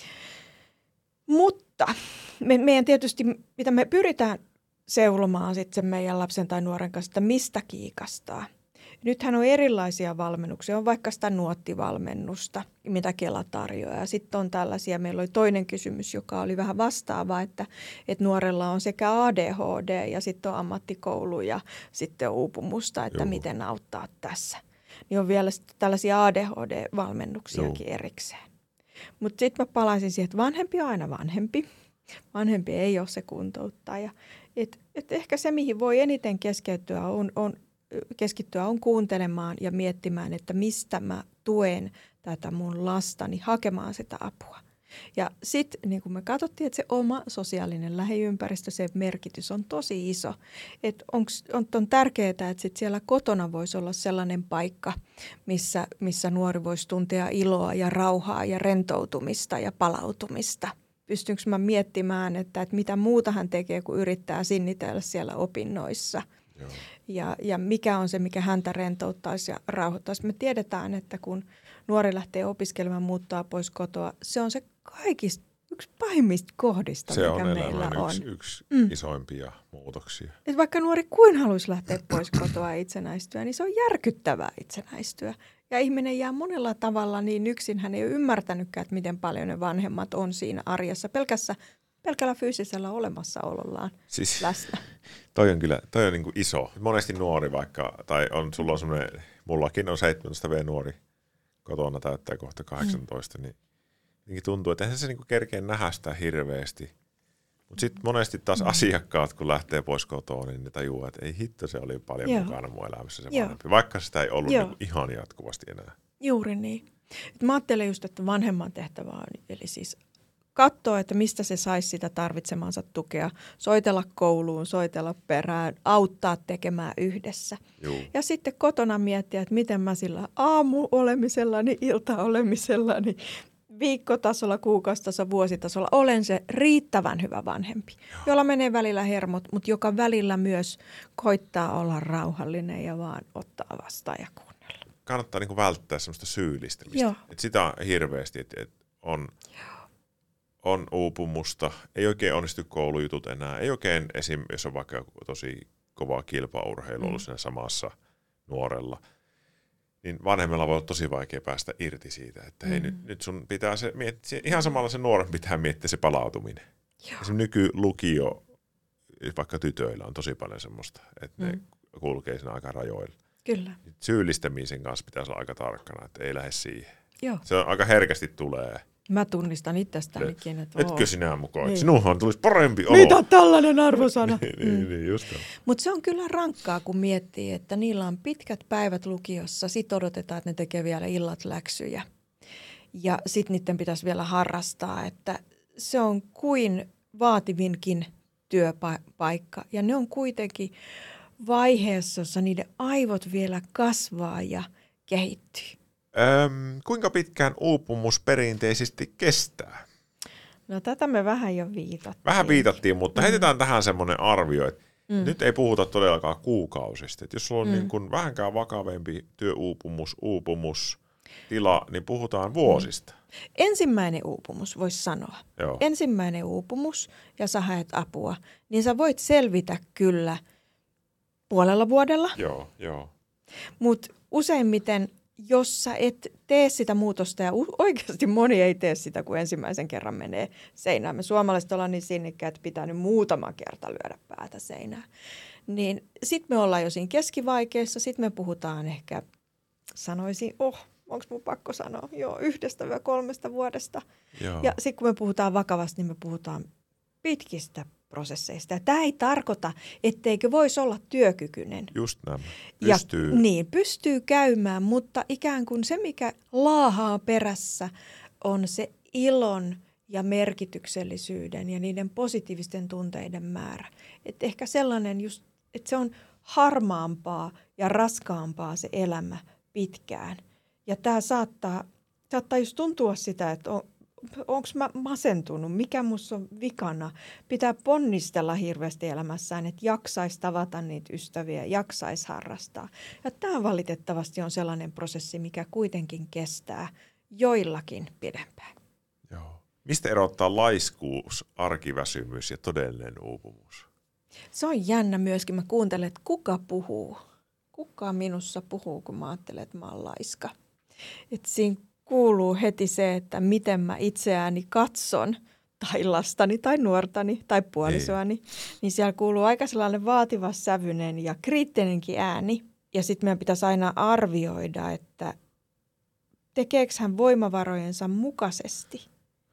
Mutta me, meidän tietysti, mitä me pyritään seulomaan sitten sen meidän lapsen tai nuoren kanssa, että mistä kiikastaa. Nythän on erilaisia valmennuksia, on vaikka sitä nuottivalmennusta, mitä Kela tarjoaa. Ja sitten on tällaisia, meillä oli toinen kysymys, joka oli vähän vastaava, että, että nuorella on sekä A D H D ja sitten on ammattikoulu ja sitten on uupumusta, että Joo. miten auttaa tässä. Niin on vielä tällaisia A D H D-valmennuksiakin Joo. erikseen. Mutta sitten mä palaisin siihen, että vanhempi on aina vanhempi. Vanhempi ei ole se kuntouttaja. Et, et ehkä se, mihin voi eniten keskittyä on, on, keskittyä, on kuuntelemaan ja miettimään, että mistä mä tuen tätä mun lastani hakemaan sitä apua. Ja sitten niin kun me katsottiin, että se oma sosiaalinen lähiympäristö, se merkitys on tosi iso. Että onks, on, on tärkeää, että sit siellä kotona voisi olla sellainen paikka, missä, missä nuori voisi tuntea iloa ja rauhaa ja rentoutumista ja palautumista. Pystynkö mä miettimään, että, että mitä muuta hän tekee, kun yrittää sinnitellä siellä opinnoissa. Joo. Ja, ja mikä on se, mikä häntä rentouttaisi ja rauhoittaisi. Me tiedetään, että kun nuori lähtee opiskelemaan, muuttaa pois kotoa, se on se kaikista yksi pahimmista kohdista, se mikä on meillä on. yksi, yksi mm. isoimpia muutoksia. Et vaikka nuori kuin haluaisi lähteä pois kotoa ja itsenäistyä, niin se on järkyttävää itsenäistyä. Ja ihminen jää monella tavalla niin yksin, hän ei ole ymmärtänytkään, että miten paljon ne vanhemmat on siinä arjessa pelkässä, pelkällä fyysisellä olemassaolollaan siis, läsnä. Toi on kyllä toi on niin kuin iso. Monesti nuori vaikka, tai on, sulla on semmoinen, mullakin on seitsemäntoista vuotias nuori kotona täyttää kohta kahdeksantoista, mm. niin tuntuu, että eihän se niinku kerkeä nähdä sitä hirveästi. Mutta sitten monesti taas mm. asiakkaat, kun lähtee pois kotoa, niin ne tajuaa, että ei hitto, se oli paljon Joo. mukana mun elämässä se vanhempi. Vaikka sitä ei ollut niinku ihan jatkuvasti enää. Juuri niin. Et mä ajattelen just, että vanhemman tehtävä on, eli siis katsoa, että mistä se saisi sitä tarvitsemansa tukea, soitella kouluun, soitella perään, auttaa tekemään yhdessä. Juu. Ja sitten kotona miettiä, että miten mä sillä aamu-olemisellani, ilta-olemisellani, viikkotasolla, kuukausitasolla, vuositasolla olen se riittävän hyvä vanhempi, Joo. jolla menee välillä hermot, mutta joka välillä myös koittaa olla rauhallinen ja vaan ottaa vastaan ja kuunnella. Kannattaa niinku välttää semmoista syyllistämistä. Et sitä on hirveästi, että et on... On uupumusta, ei oikein onnistu koulujutut enää, ei oikein esim. Jos on vaikka tosi kovaa kilpaurheilu ollut mm. siinä samassa nuorella, niin vanhemmilla voi olla tosi vaikea päästä irti siitä, että hei mm. nyt, nyt sun pitää se miettiä, ihan samalla se nuoren pitää miettiä se palautuminen. Esimerkiksi nykylukio, vaikka tytöillä on tosi paljon semmoista, että mm. ne kulkee siinä aika rajoilla. Kyllä. Syyllistämisen kanssa pitäisi olla aika tarkkana, että ei lähde siihen. Joo. Se on aika herkästi tulee. Mä tunnistan itsestänikin, että etkö sinä mukaan? Niin. Sinuhan tulisi parempi olo. Mitä tällainen arvosana? niin, niin, niin, just on. Mutta se on kyllä rankkaa, kun miettii, että niillä on pitkät päivät lukiossa. Sitten odotetaan, että ne tekee vielä illat läksyjä. Ja sitten niiden pitäisi vielä harrastaa, että se on kuin vaativinkin työpaikka. Ja ne on kuitenkin vaiheessa, jossa niiden aivot vielä kasvaa ja kehittyy. Öm, kuinka pitkään uupumus perinteisesti kestää? No tätä me vähän jo viitattiin. Vähän viitattiin, mutta mm. heitetään tähän semmoinen arvio, että Mm. nyt ei puhuta todellakaan kuukausista. Että jos sulla on Mm. niin kuin vähänkään vakavempi työuupumus, uupumus, tila, niin puhutaan vuosista. Ensimmäinen uupumus, voisi sanoa. Joo. Ensimmäinen uupumus ja sä haet apua, niin sä voit selvitä kyllä puolella vuodella. Joo, joo. Mutta useimmiten, jos sä et tee sitä muutosta, ja oikeasti moni ei tee sitä, kun ensimmäisen kerran menee seinään. Me suomalaiset ollaan niin sinnikkäät, että pitää nyt muutama kerta lyödä päätä seinään. Niin sitten me ollaan jo siinä keskivaikeessa, sitten me puhutaan ehkä, sanoisin, oh, onko mun pakko sanoa, joo, yhdestä vai kolmesta vuodesta. Joo. Ja sitten kun me puhutaan vakavasti, niin me puhutaan pitkistä prosesseista. Ja tämä ei tarkoita, etteikö voisi olla työkykyinen. Just nämä. Pystyy. Ja, niin, pystyy käymään, mutta ikään kuin se, mikä laahaa perässä, on se ilon ja merkityksellisyyden ja niiden positiivisten tunteiden määrä. Et ehkä sellainen just, että se on harmaampaa ja raskaampaa se elämä pitkään. Ja tämä saattaa, saattaa just tuntua sitä, että on, onko mä masentunut, mikä musta on vikana. Pitää ponnistella hirveästi elämässään, että jaksaisi tavata niitä ystäviä, jaksaisi harrastaa. Ja tämä valitettavasti on sellainen prosessi, mikä kuitenkin kestää joillakin pidempään. Joo. Mistä erottaa laiskuus, arkiväsymys ja todellinen uupumus? Se on jännä myöskin. Mä kuuntelen, että kuka puhuu. Kuka minussa puhuu, kun mä ajattelen, että mä oon laiska. Että siinä kuuluu heti se, että miten mä itseäni katson, tai lastani, tai nuortani, tai puolisoani. Niin, niin siellä kuuluu aika sellainen vaativassävyinen ja kriittinenkin ääni. Ja sitten meidän pitäisi aina arvioida, että tekeekö hän voimavarojensa mukaisesti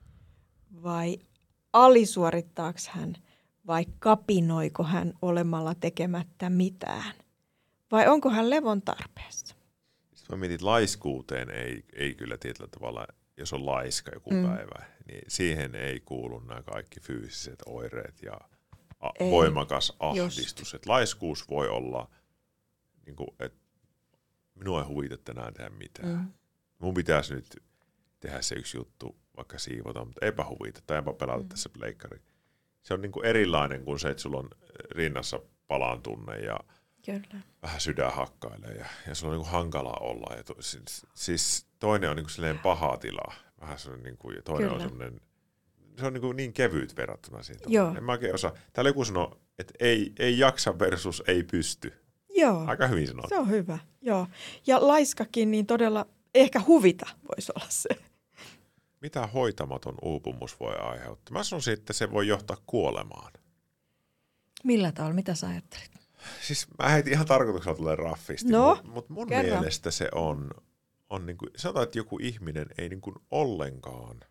vai alisuorittaako hän vai kapinoiko hän olemalla tekemättä mitään vai onko hän levon tarpeessa. Sitten mä mietin, että laiskuuteen ei, ei kyllä tietyllä tavalla, jos on laiska joku mm. päivä, niin siihen ei kuulu nämä kaikki fyysiset oireet ja a- voimakas ahdistus. Että laiskuus voi olla, niin kuin, että minua ei huvita tänään tehdä mitään. Mm. Mun pitäisi nyt tehdä se yksi juttu, vaikka siivota, mutta eipä huvita tai eipä pelata mm. tässä pleikkari. Se on niin kuin erilainen kuin se, että sulla on rinnassa palan tunne ja Kyllä. vähän sydän hakkailee ja, ja sulla on niin kuin hankala olla. Ja to, siis, siis toinen on niin kuin sellainen paha tila, vähän sellainen, niin kuin, ja toinen Kyllä. on sellainen, se on niin, kuin niin kevyt verrattuna siitä. Joo. En mä oikein osaa. Täällä joku sanoo, että ei, ei jaksa versus ei pysty. Joo. Aika hyvin sanottu. Se on hyvä, joo. Ja laiskakin, niin todella ehkä huvita voisi olla se. Mitä hoitamaton uupumus voi aiheuttaa? Mä sanoisin, että se voi johtaa kuolemaan. Millä tavalla? Mitä sä ajattelit? Siis mä heitin ihan tarkoituksella tulee raffisti, no, mutta mut mun kerran. mielestä se on, on niin kuin, sanotaan, että joku ihminen ei niin kuin ollenkaan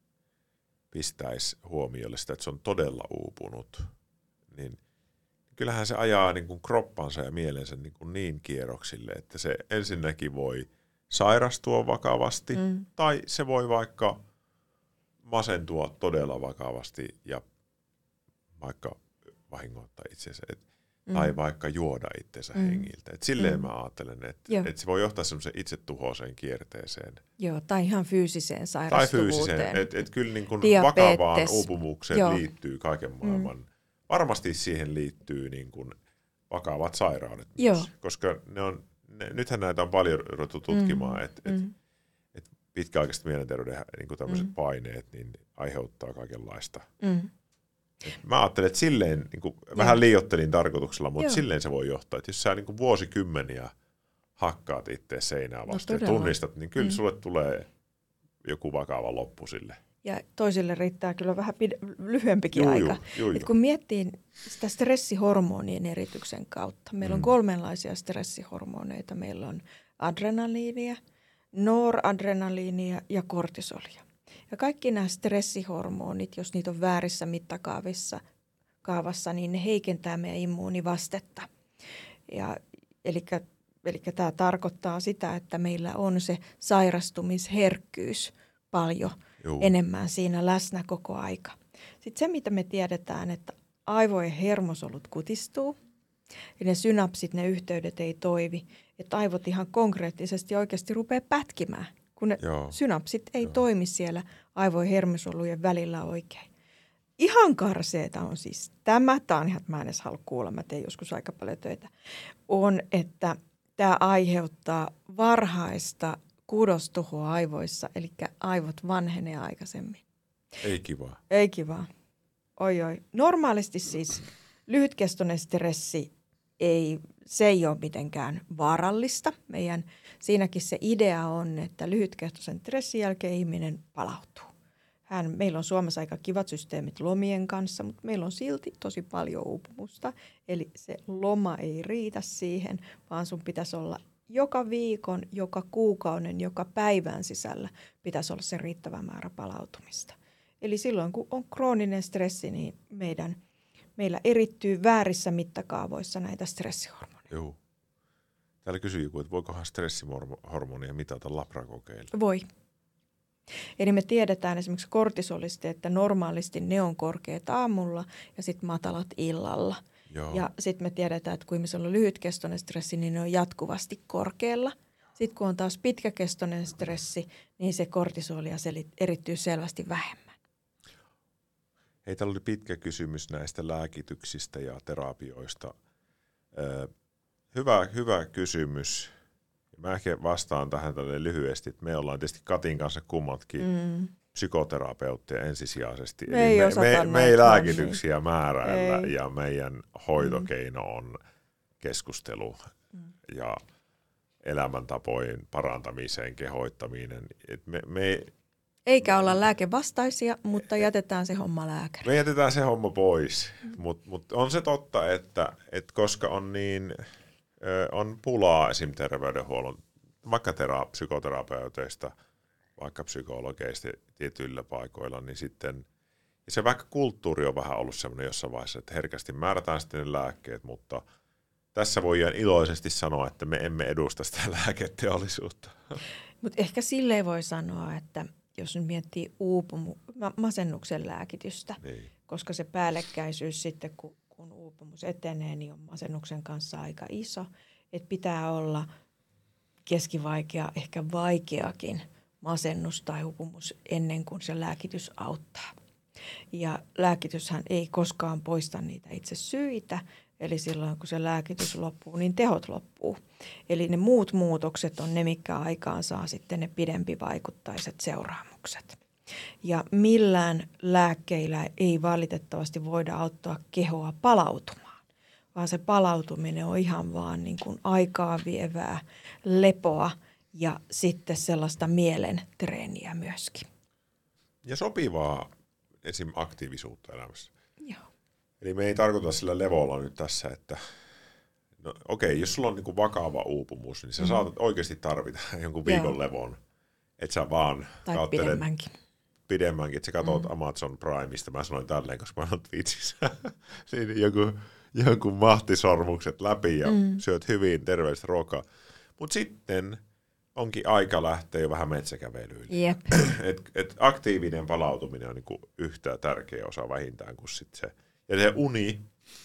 pistäisi huomiolle sitä, että se on todella uupunut. Niin kyllähän se ajaa niin kuin kroppansa ja mielensä niin, kuin niin kierroksille, että se ensinnäkin voi sairastua vakavasti, mm. tai se voi vaikka masentua todella vakavasti ja vaikka vahingoittaa itsensä, et, mm. tai vaikka juoda itsensä mm. hengiltä. Et silleen mm. mä ajattelen, että et se voi johtaa semmoiseen itsetuhoiseen kierteeseen. Joo, tai ihan fyysiseen sairastuvuuteen. Tai fyysiseen, että et kyllä niin kuin vakavaan uupumukseen Joo. liittyy kaiken maailman. Mm. Varmasti siihen liittyy niin kuin vakavat sairaudet myös, koska ne on Ne, nythän näitä on paljon ruvettu tutkimaan, mm, että et, mm. et pitkäaikaiset mielenterveyden niin tämmöiset mm. paineet niin aiheuttaa kaikenlaista. Mm. Et mä ajattelen, että silleen, niin kuin, vähän liioittelin tarkoituksella, mutta Joo. silleen se voi johtaa, että jos sä niin kuin vuosikymmeniä hakkaat itse seinää vasta no, ja tunnistat, niin kyllä mm. sulle tulee joku vakava loppu sille. Ja toisille riittää kyllä vähän pide- lyhyempikin juu, aika. Juu, juu. Kun miettii sitä stressihormonien erityksen kautta, meillä on mm. kolmenlaisia stressihormoneita. Meillä on adrenaliinia, noradrenaliinia ja kortisolia. Ja kaikki nämä stressihormonit, jos niitä on väärissä mittakaavissa, kaavassa, niin ne heikentää meidän immuunivastetta. Ja, eli, eli tämä tarkoittaa sitä, että meillä on se sairastumisherkkyys paljon Juu. enemmän siinä läsnä koko aika. Sitten se, mitä me tiedetään, että aivojen hermosolut kutistuu, ja ne synapsit, ne yhteydet ei toivi, että aivot ihan konkreettisesti oikeasti rupeaa pätkimään, kun ne Joo. synapsit ei Joo. toimi siellä aivojen hermosolujen välillä oikein. Ihan karseeta on siis tämä, tämä on ihan, mä en edes halua kuulla, mä teen joskus aika paljon töitä, on, että tämä aiheuttaa varhaista kudostuhoa aivoissa, eli aivot vanhenee aikaisemmin. Ei kivaa. Ei kivaa. Oi oi. Normaalisti siis lyhytkestoinen stressi, ei, se ei ole mitenkään vaarallista. Meidän, siinäkin se idea on, että lyhytkestoisen stressin jälkeen ihminen palautuu. Hän, meillä on Suomessa aika kivat systeemit lomien kanssa, mutta meillä on silti tosi paljon uupumusta. Eli se loma ei riitä siihen, vaan sun pitäisi olla joka viikon, joka kuukauden, joka päivän sisällä pitäisi olla se riittävä määrä palautumista. Eli silloin, kun on krooninen stressi, niin meidän, meillä erittyy väärissä mittakaavoissa näitä stressihormoneja. Joo. Täällä kysyy joku, että voikohan stressihormonia mitata labrakokeilla? Voi. Eli me tiedetään esimerkiksi kortisolista, että normaalisti ne on korkeat aamulla ja sitten matalat illalla. Joo. Ja sitten me tiedetään, että kun ihmisellä on lyhytkestoinen stressi, niin ne on jatkuvasti korkealla. Sitten kun on taas pitkäkestoinen stressi, niin se kortisolia erittyy selvästi vähemmän. Hei, täällä oli pitkä kysymys näistä lääkityksistä ja terapioista. Ö, hyvä, hyvä kysymys. Mä ehkä vastaan tähän tälle lyhyesti, että me ollaan tietysti Katin kanssa kummatkin mm. psykoterapeutteja ensisijaisesti. Me ei, Eli me, me, me ei lääkityksiä niin. määräillä ei. ja meidän hoitokeino on keskustelu mm. ja elämäntapojen parantamiseen kehoittaminen. Et me, me, Eikä olla lääkevastaisia, mutta jätetään se homma lääkäriin. Me jätetään se homma pois, mm. mutta mut on se totta, että et koska on niin... on pulaa esim. Terveydenhuollon, vaikka tera- psykoterapeuteista, vaikka psykologeista tietyillä paikoilla, niin sitten, ja se vaikka kulttuuri on vähän ollut sellainen jossain vaiheessa, että herkästi määrätään sitten ne lääkkeet, mutta tässä voidaan iloisesti sanoa, että me emme edusta sitä lääketeollisuutta. Mutta ehkä silleen voi sanoa, että jos nyt miettii uupumu- masennuksen lääkitystä, niin. koska se päällekkäisyys sitten, kun kun uupumus etenee, niin on masennuksen kanssa aika iso. Että pitää olla keskivaikea, ehkä vaikeakin masennus tai uupumus ennen kuin se lääkitys auttaa. Ja lääkityshän ei koskaan poista niitä itse syitä, eli silloin kun se lääkitys loppuu, niin tehot loppuu. Eli ne muut muutokset on ne, mikä aikaan saa sitten ne pidempivaikuttaiset seuraamukset. Ja millään lääkkeillä ei valitettavasti voida auttaa kehoa palautumaan, vaan se palautuminen on ihan vaan niin kuin aikaa vievää lepoa ja sitten sellaista mielen treeniä myöskin. Ja sopivaa esim. Aktiivisuutta elämässä. Joo. Eli me ei tarkoita sillä levolla nyt tässä, että no okei, okay, jos sulla on niin kuin vakava uupumus, niin sä mm. saatat oikeasti tarvita jonkun viikon Joo. levon. Et sä vaan tai kauttelet pidemmänkin. Pidemmänkin, että sä katsot mm. Amazon Primeista, mä sanoin tälleen, koska mä oon Twitchissä, niin joku, joku mahtisormukset läpi ja mm. syöt hyvin terveellistä ruokaa. Mutta sitten onkin aika lähteä jo vähän metsäkävelyille. Yep. Et, et aktiivinen palautuminen on niinku yhtä tärkeä osa vähintään kuin sit se. Ja se uni,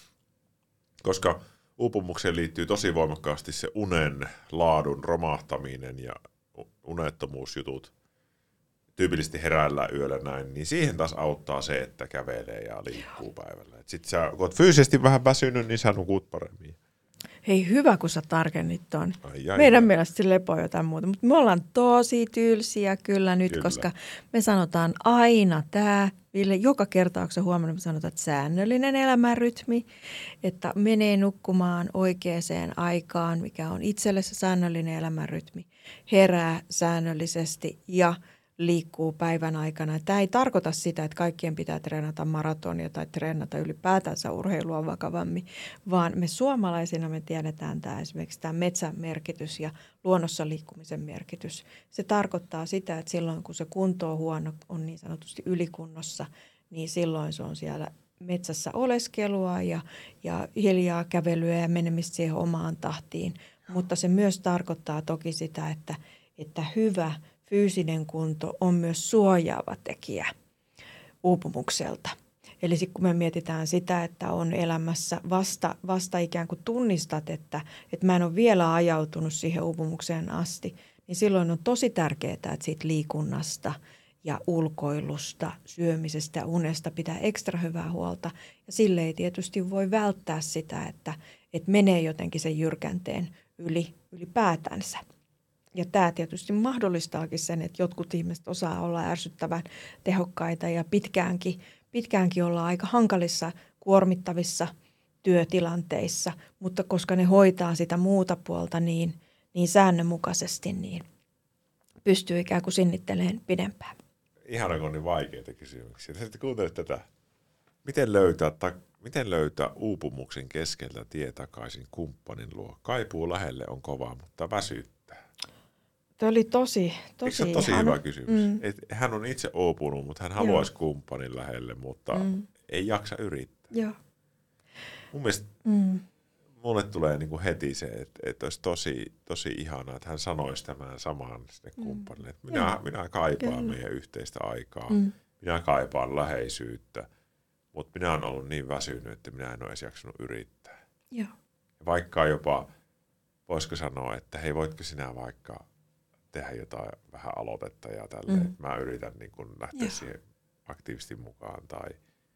koska uupumukseen liittyy tosi voimakkaasti se unen laadun romahtaminen ja unettomuusjutut. Tyypillisesti heräillään yöllä näin, niin siihen taas auttaa se, että kävelee ja liikkuu päivällä. Sitten sä, kun oot fyysisesti vähän väsynyt, niin sä nukut paremmin. Hei, hyvä, kun sä tarkennit ton. Ai, ai, Meidän ai. mielestä se lepo on jotain muuta, mutta me ollaan tosi tylsiä kyllä nyt, kyllä. koska me sanotaan aina tämä, Ville, joka kerta, onko sä huomannut, me sanotaan, että säännöllinen elämänrytmi, että menee nukkumaan oikeaan aikaan, mikä on itselle se säännöllinen elämänrytmi, herää säännöllisesti ja liikkuu päivän aikana. Tämä ei tarkoita sitä, että kaikkien pitää treenata maratonia tai treenata ylipäätänsä urheilua vakavammin, vaan me suomalaisina me tiedetään tämä esimerkiksi tämä metsän merkitys ja luonnossa liikkumisen merkitys. Se tarkoittaa sitä, että silloin kun se kunto on huono, on niin sanotusti ylikunnossa, niin silloin se on siellä metsässä oleskelua ja, ja hiljaa kävelyä ja menemistä siihen omaan tahtiin. Mutta se myös tarkoittaa toki sitä, että, että hyvä fyysinen kunto on myös suojaava tekijä uupumukselta. Eli kun me mietitään sitä, että on elämässä vasta, vasta ikään kuin tunnistat, että, että mä en ole vielä ajautunut siihen uupumukseen asti, niin silloin on tosi tärkeää, että siitä liikunnasta ja ulkoilusta, syömisestä ja unesta pitää ekstra hyvää huolta. Ja sille ei tietysti voi välttää sitä, että, että menee jotenkin sen jyrkänteen yli, ylipäätänsä. Ja tämä tietysti mahdollistaakin sen, että jotkut ihmiset osaa olla ärsyttävän tehokkaita ja pitkäänkin, pitkäänkin olla aika hankalissa, kuormittavissa työtilanteissa, mutta koska ne hoitaa sitä muuta puolta niin, niin säännönmukaisesti, niin pystyy ikään kuin sinnittelemään pidempään. Ihana, kun on niin vaikeita kysymyksiä. Sitten kuuntelet tätä. Miten löytää, ta, miten löytää uupumuksen keskeltä tie takaisin kumppanin luo? Kaipuu lähelle on kova, mutta väsyttää. Tämä oli tosi, tosi Eikö se ole tosi ihana? hyvä kysymys? Mm. Et hän on itse uupunut, mutta hän haluaisi Joo. kumppanin lähelle, mutta mm. ei jaksa yrittää. Joo. Mun mielestä Mm. mulle tulee niinku heti se, että, että olisi tosi, tosi ihanaa, että hän sanoisi tämän saman sinne mm. kumppanille. Että minä, minä kaipaan Kyllä. meidän yhteistä aikaa. Mm. Minä kaipaan läheisyyttä, mutta minä olen ollut niin väsynyt, että minä en ole edes jaksanut yrittää. Joo. Vaikka jopa, voisiko sanoa, että hei, voitko sinä vaikka tehdä jotain vähän aloitetta ja tälleen, mm. että mä yritän niin kun lähteä Joo. siihen aktiivisesti mukaan. Tai...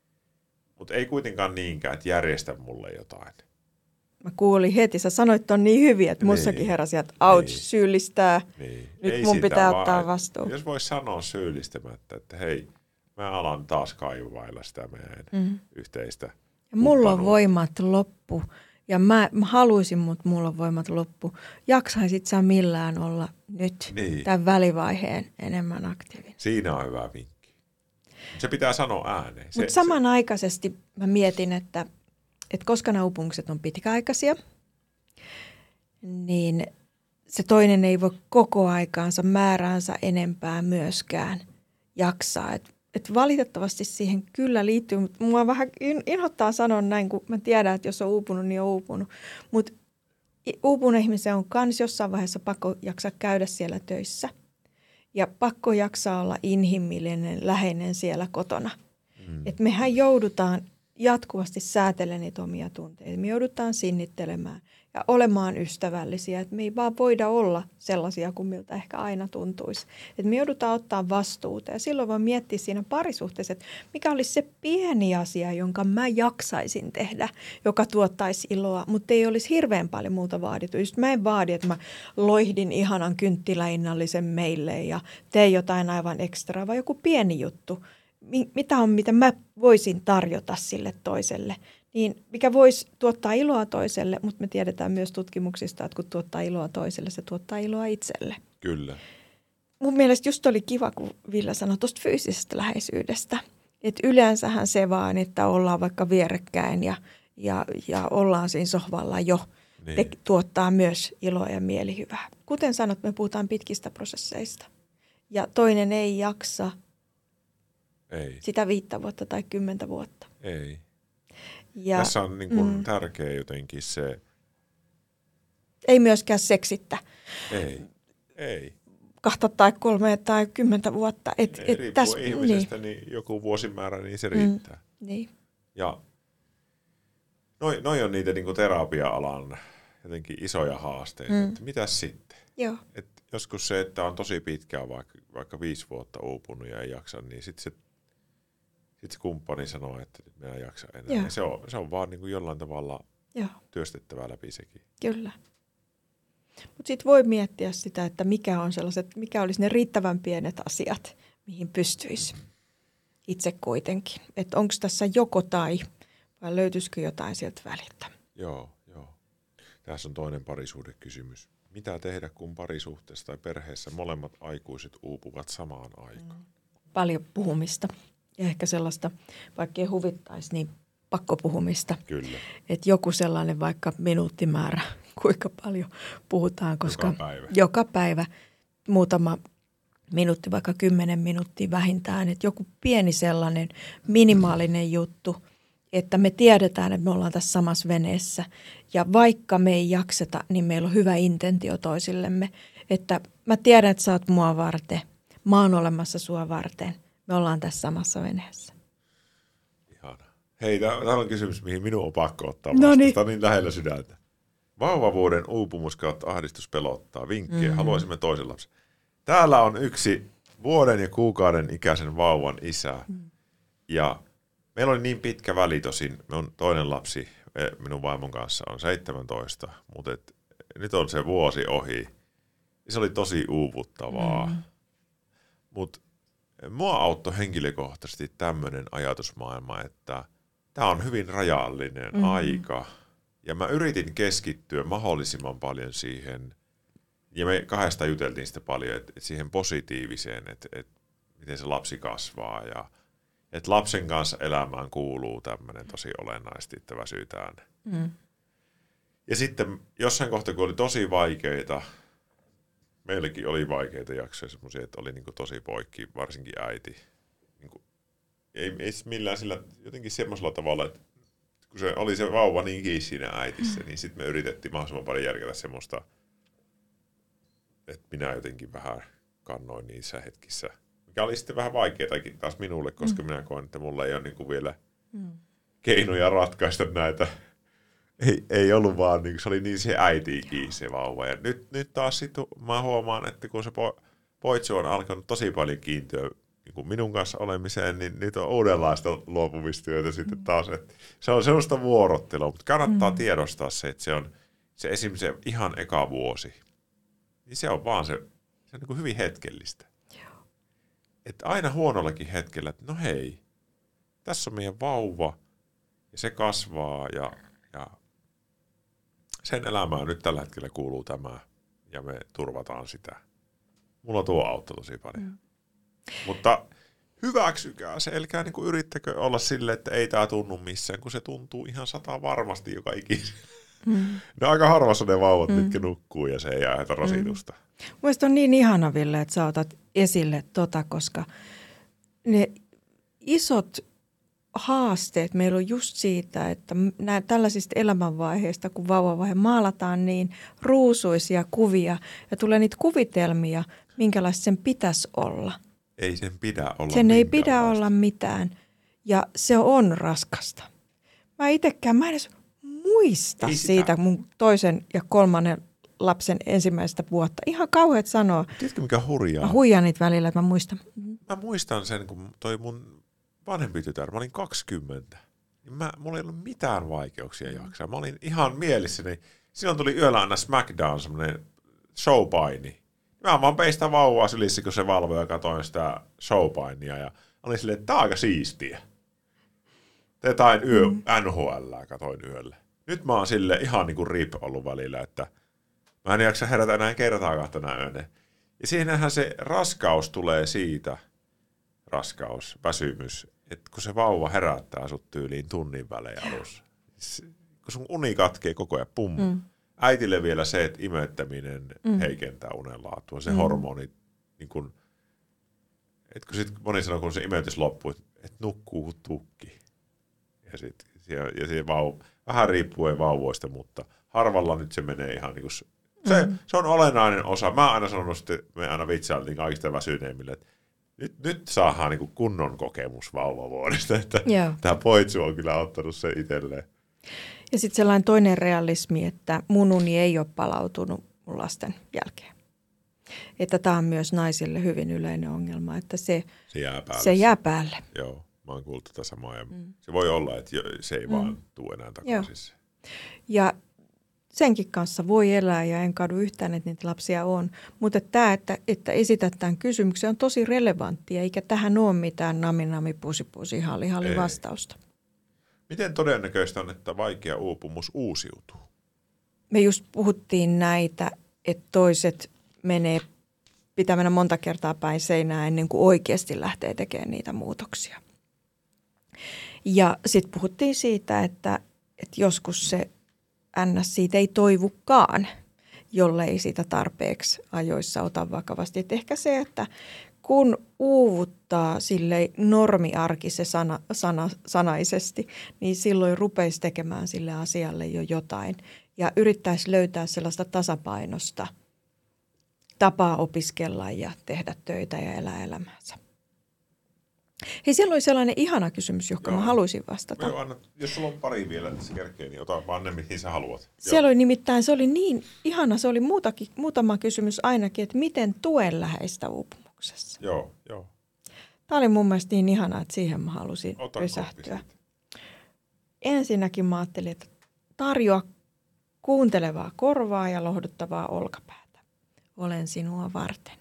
Mutta ei kuitenkaan niinkään, että järjestä mulle jotain. Mä kuulin heti, sä sanoit ton niin hyvin, että mussakin niin. heräsi, että ouch, niin. syyllistää. Niin. Nyt ei mun pitää vaan, ottaa vastuu. Jos vois sanoa syyllistämättä, että hei, mä alan taas kaivailla sitä meidän mm. yhteistä. Ja mulla on voimat loppu. Ja mä, mä haluaisin, mutta mulla on voimat loppu. Jaksaisit sä millään olla nyt niin. tämän välivaiheen enemmän aktiivinen? Siinä on hyvä vinkki. Se pitää sanoa ääneen. Mutta samanaikaisesti mä mietin, että, että koska nämä uupumukset on pitkäaikaisia, niin se toinen ei voi koko aikaansa määräänsä enempää myöskään jaksaa. Et, et valitettavasti siihen kyllä liittyy, mutta mua vähän inhottaa sanoa näin, kun mä tiedän, että jos on uupunut, niin on uupunut. Mutta uupunut ihmisen on kans jossain vaiheessa pakko jaksaa käydä siellä töissä. Ja pakko jaksaa olla inhimillinen, läheinen siellä kotona. Mm. Että mehän joudutaan jatkuvasti säätelemään niitä omia tunteita. Me joudutaan sinnittelemään ja olemaan ystävällisiä. Että me ei vaan voida olla sellaisia kuin miltä ehkä aina tuntuisi. Että me joudutaan ottaa vastuuta. Ja silloin voi miettiä siinä parisuhteessa, että mikä olisi se pieni asia, jonka mä jaksaisin tehdä, joka tuottaisi iloa, mutta ei olisi hirveän paljon muuta vaadittu. Just mä en vaadi, että mä loihdin ihanan kynttiläinnallisen meille ja teen jotain aivan ekstraa, vaan joku pieni juttu. Mitä on, mitä mä voisin tarjota sille toiselle, niin mikä voisi tuottaa iloa toiselle, mutta me tiedetään myös tutkimuksista, että kun tuottaa iloa toiselle, se tuottaa iloa itselle. Kyllä. Mun mielestä just oli kiva, kun Ville sanoi tuosta fyysisestä läheisyydestä, että yleensähän se vaan, että ollaan vaikka vierekkäin ja, ja, ja ollaan siinä sohvalla jo, niin. te, tuottaa myös iloa ja mielihyvää. Kuten sanot, me puhutaan pitkistä prosesseista ja toinen ei jaksa Ei. sitä viittä vuotta tai kymmentä vuotta. Ei. Ja, Tässä on niin kuin mm, tärkeä jotenkin se... Ei myöskään seksittä. Ei. Ei. Kahta tai kolme tai kymmentä vuotta. Et, Ei, et riippuu täs, ihmisestä, niin. niin joku vuosimäärä, niin se riittää. Mm, niin. Ja noi, noi on niitä niin kuin terapia-alan jotenkin isoja haasteita. Mm. Että mitäs sitten? Joo. Et joskus se, että on tosi pitkään, vaikka, vaikka viisi vuotta uupunut ja ei jaksa, niin sitten se, sit se kumppani sanoo, että nyt minä en jaksa enää. Ja se, on, se on vaan niin kuin jollain tavalla Joo. työstettävää läpi sekin. Kyllä. Mutta sitten voi miettiä sitä, että mikä on sellaiset, mikä olisi ne riittävän pienet asiat, mihin pystyisi itse kuitenkin. Että onko tässä joko tai, vai löytyisikö jotain sieltä väliltä? Joo, joo. Tässä on toinen parisuhdekysymys. Mitä tehdä, kun parisuhteessa tai perheessä molemmat aikuiset uupuvat samaan aikaan? Paljon puhumista ja ehkä sellaista, vaikka ei huvittaisi, niin pakkopuhumista. Kyllä. Että joku sellainen vaikka minuuttimäärä, kuinka paljon puhutaan, koska joka päivä, joka päivä muutama minuutti, vaikka kymmenen minuuttia vähintään. Että joku pieni sellainen minimaalinen juttu, että me tiedetään, että me ollaan tässä samassa veneessä. Ja vaikka me ei jakseta, niin meillä on hyvä intentio toisillemme. Että mä tiedän, että sä oot mua varten. Mä oon olemassa sua varten. Me ollaan tässä samassa veneessä. Ihana. Hei, täällä on kysymys, mihin minun on pakko ottaa No niin. vastata niin lähellä sydäntä. Vauvavuoden uupumus kautta ahdistus pelottaa. Vinkkejä. Mm-hmm. Haluaisimme toisen lapsen. Täällä on yksi vuoden ja kuukauden ikäisen vauvan isä. Mm. Ja meillä oli niin pitkä väli tosin. Minun toinen lapsi minun vaimon kanssa on seitsemäntoista, mutta et, nyt on se vuosi ohi. Se oli tosi uuvuttavaa. Mm. Mutta mua auttoi henkilökohtaisesti tämmöinen ajatusmaailma, että tämä on hyvin rajallinen mm. aika. Ja mä yritin keskittyä mahdollisimman paljon siihen, ja me kahdesta juteltiin sitä paljon, että, että siihen positiiviseen, että, että miten se lapsi kasvaa. Ja että lapsen kanssa elämään kuuluu tämmöinen tosi olennaisesti, että väsytään. Mm. Ja sitten jossain kohtaa, kun oli tosi vaikeita, meilläkin oli vaikeita jaksoja semmoisia, että oli niin kuin tosi poikki, varsinkin äiti. Niin kuin, ei, ei millään sillä, jotenkin semmoisella tavalla, että kun se oli se vauva niin kiinni siinä äitissä, niin sitten me yritettiin mahdollisimman paljon järkätä semmoista, että minä jotenkin vähän kannoin niissä hetkissä. Mikä oli sitten vähän vaikeatakin taas minulle, koska mm. minä koen, että mulla ei ole niin kuin vielä mm. keinoja ratkaista näitä. Ei, ei ollut vaan, niin se oli niin se äitiikin se vauva. Ja nyt, nyt taas sit, mä huomaan, että kun se po, poitsu on alkanut tosi paljon kiintyä niin kuin minun kanssa olemiseen, niin nyt on uudenlaista luopumistyötä sitten taas. Että se on sellaista vuorottelua, mutta kannattaa mm. tiedostaa se, että se on se esimerkiksi se ihan eka vuosi. Niin se on vaan se, se on niin kuin hyvin hetkellistä. Joo. Että aina huonollakin hetkellä, että no hei, tässä on meidän vauva ja se kasvaa ja, ja sen elämään nyt tällä hetkellä kuuluu tämä ja me turvataan sitä. Mulla tuo auttoi tosi paljon. Mm. Mutta hyväksykää se, elkää niinku yrittäkö olla silleen, että ei tää tunnu missään, kun se tuntuu ihan sata varmasti joka ikisen. Mm. Ne on aika harvassa ne vauvat, mm. mitkä nukkuu ja se ei aiheuta rasitusta. Mm. Mielestäni on niin ihana, Ville, että sä otat esille tota, koska ne isot haasteet meillä on just siitä, että nää, tällaisista elämänvaiheista, kun vauvavaihe maalataan niin ruusuisia kuvia ja tulee niitä kuvitelmia, minkälaista sen pitäisi olla. Ei sen pidä olla Sen ei pidä olla mitään ja se on raskasta. Mä itsekään, mä en edes muista ei siitä sitä. Mun toisen ja kolmannen lapsen ensimmäistä vuotta. Ihan kauheat sanoa. Tiedätkö mikä hurjaa? Mä huijaan niitä välillä, että mä muistan. Mä muistan sen, kun toi mun vanhempi tytär, mä olin kaksikymmentä. Mä, mulla ei ollut mitään vaikeuksia jaksaa. Mä olin ihan mielissäni. Silloin tuli yöllä aina SmackDown, semmoinen showpaini. Mä vaan peistä vauvaa sylissä, kun se valvoi ja katsoin sitä showpainia. Ja olin silleen, että tää on aika siistiä. Jotain yö, mm. N H L katoin yöllä. Nyt mä oon silleen ihan niin kuin rip ollut välillä, että mä en jaksa herätä enää kertaa kahtena yönä. Ja siinähän se raskaus tulee siitä, raskaus, väsymys, että kun se vauva herättää sut tyyliin tunnin välein alussa. Kun sun uni katkee koko ajan, pum. Mm. Äitille vielä se, että imeyttäminen mm. heikentää unenlaatua. Se mm. hormoni, niin kun, että kun sit moni sanoo, kun se imeytys loppuu, että nukkuu tukki. Ja sit, ja se vauva, vähän riippuen vauvoista, mutta harvalla nyt se menee ihan niin kuin, se, mm. se on olennainen osa. Mä aina sanonut, että me aina vitsailtiin kaikista väsyneimmille, että nyt, nyt saadaan niin kuin kunnon kokemus vauvavuodesta, että yeah. Tämä poitsu on kyllä ottanut se itselleen. Ja sitten sellainen toinen realismi, että mun uni ei ole palautunut mun lasten jälkeen. Että tämä on myös naisille hyvin yleinen ongelma, että se, se, jää, päälle. se jää päälle. Joo, mä oon kuullut tätä samaa ja mm. se voi olla, että se ei mm. vaan tule enää takaisin. Ja senkin kanssa voi elää ja en kadu yhtään, että niitä lapsia on. Mutta tämä, että, että esität tämän kysymyksen on tosi relevanttia, eikä tähän ole mitään nami nami pusi pusi halli halli vastausta. Miten todennäköistä on, että vaikea uupumus uusiutuu? Me just puhuttiin näitä että toiset menee, pitää mennä monta kertaa päin seinää ennen kuin oikeasti lähtee tekemään niitä muutoksia. Ja sitten puhuttiin siitä, että, että joskus se ns. Siitä ei toivukaan, jollei sitä tarpeeksi ajoissa ota vakavasti. Et ehkä se, että kun uuvuttaa sille normiarkise sana, sana, sanaisesti, niin silloin rupeisi tekemään sille asialle jo jotain ja yrittäisi löytää sellaista tasapainosta tapaa opiskella ja tehdä töitä ja elää elämäänsä. Hei, siellä oli sellainen ihana kysymys, johon mä haluaisin vastata. Joo, anna, jos sulla on pari vielä, että se kerkee, niin ota vaan ne, mihin sä haluat. Siellä Joo. oli nimittäin, se oli niin ihana, se oli muutakin, muutama kysymys ainakin, että miten tuen läheistä uupumuksessa. Joo, joo. Tämä oli mun mielestä niin ihana, että siihen mä halusin ota pysähtyä. Ensinnäkin mä ajattelin, että tarjoa kuuntelevaa korvaa ja lohduttavaa olkapäätä. Olen sinua varten.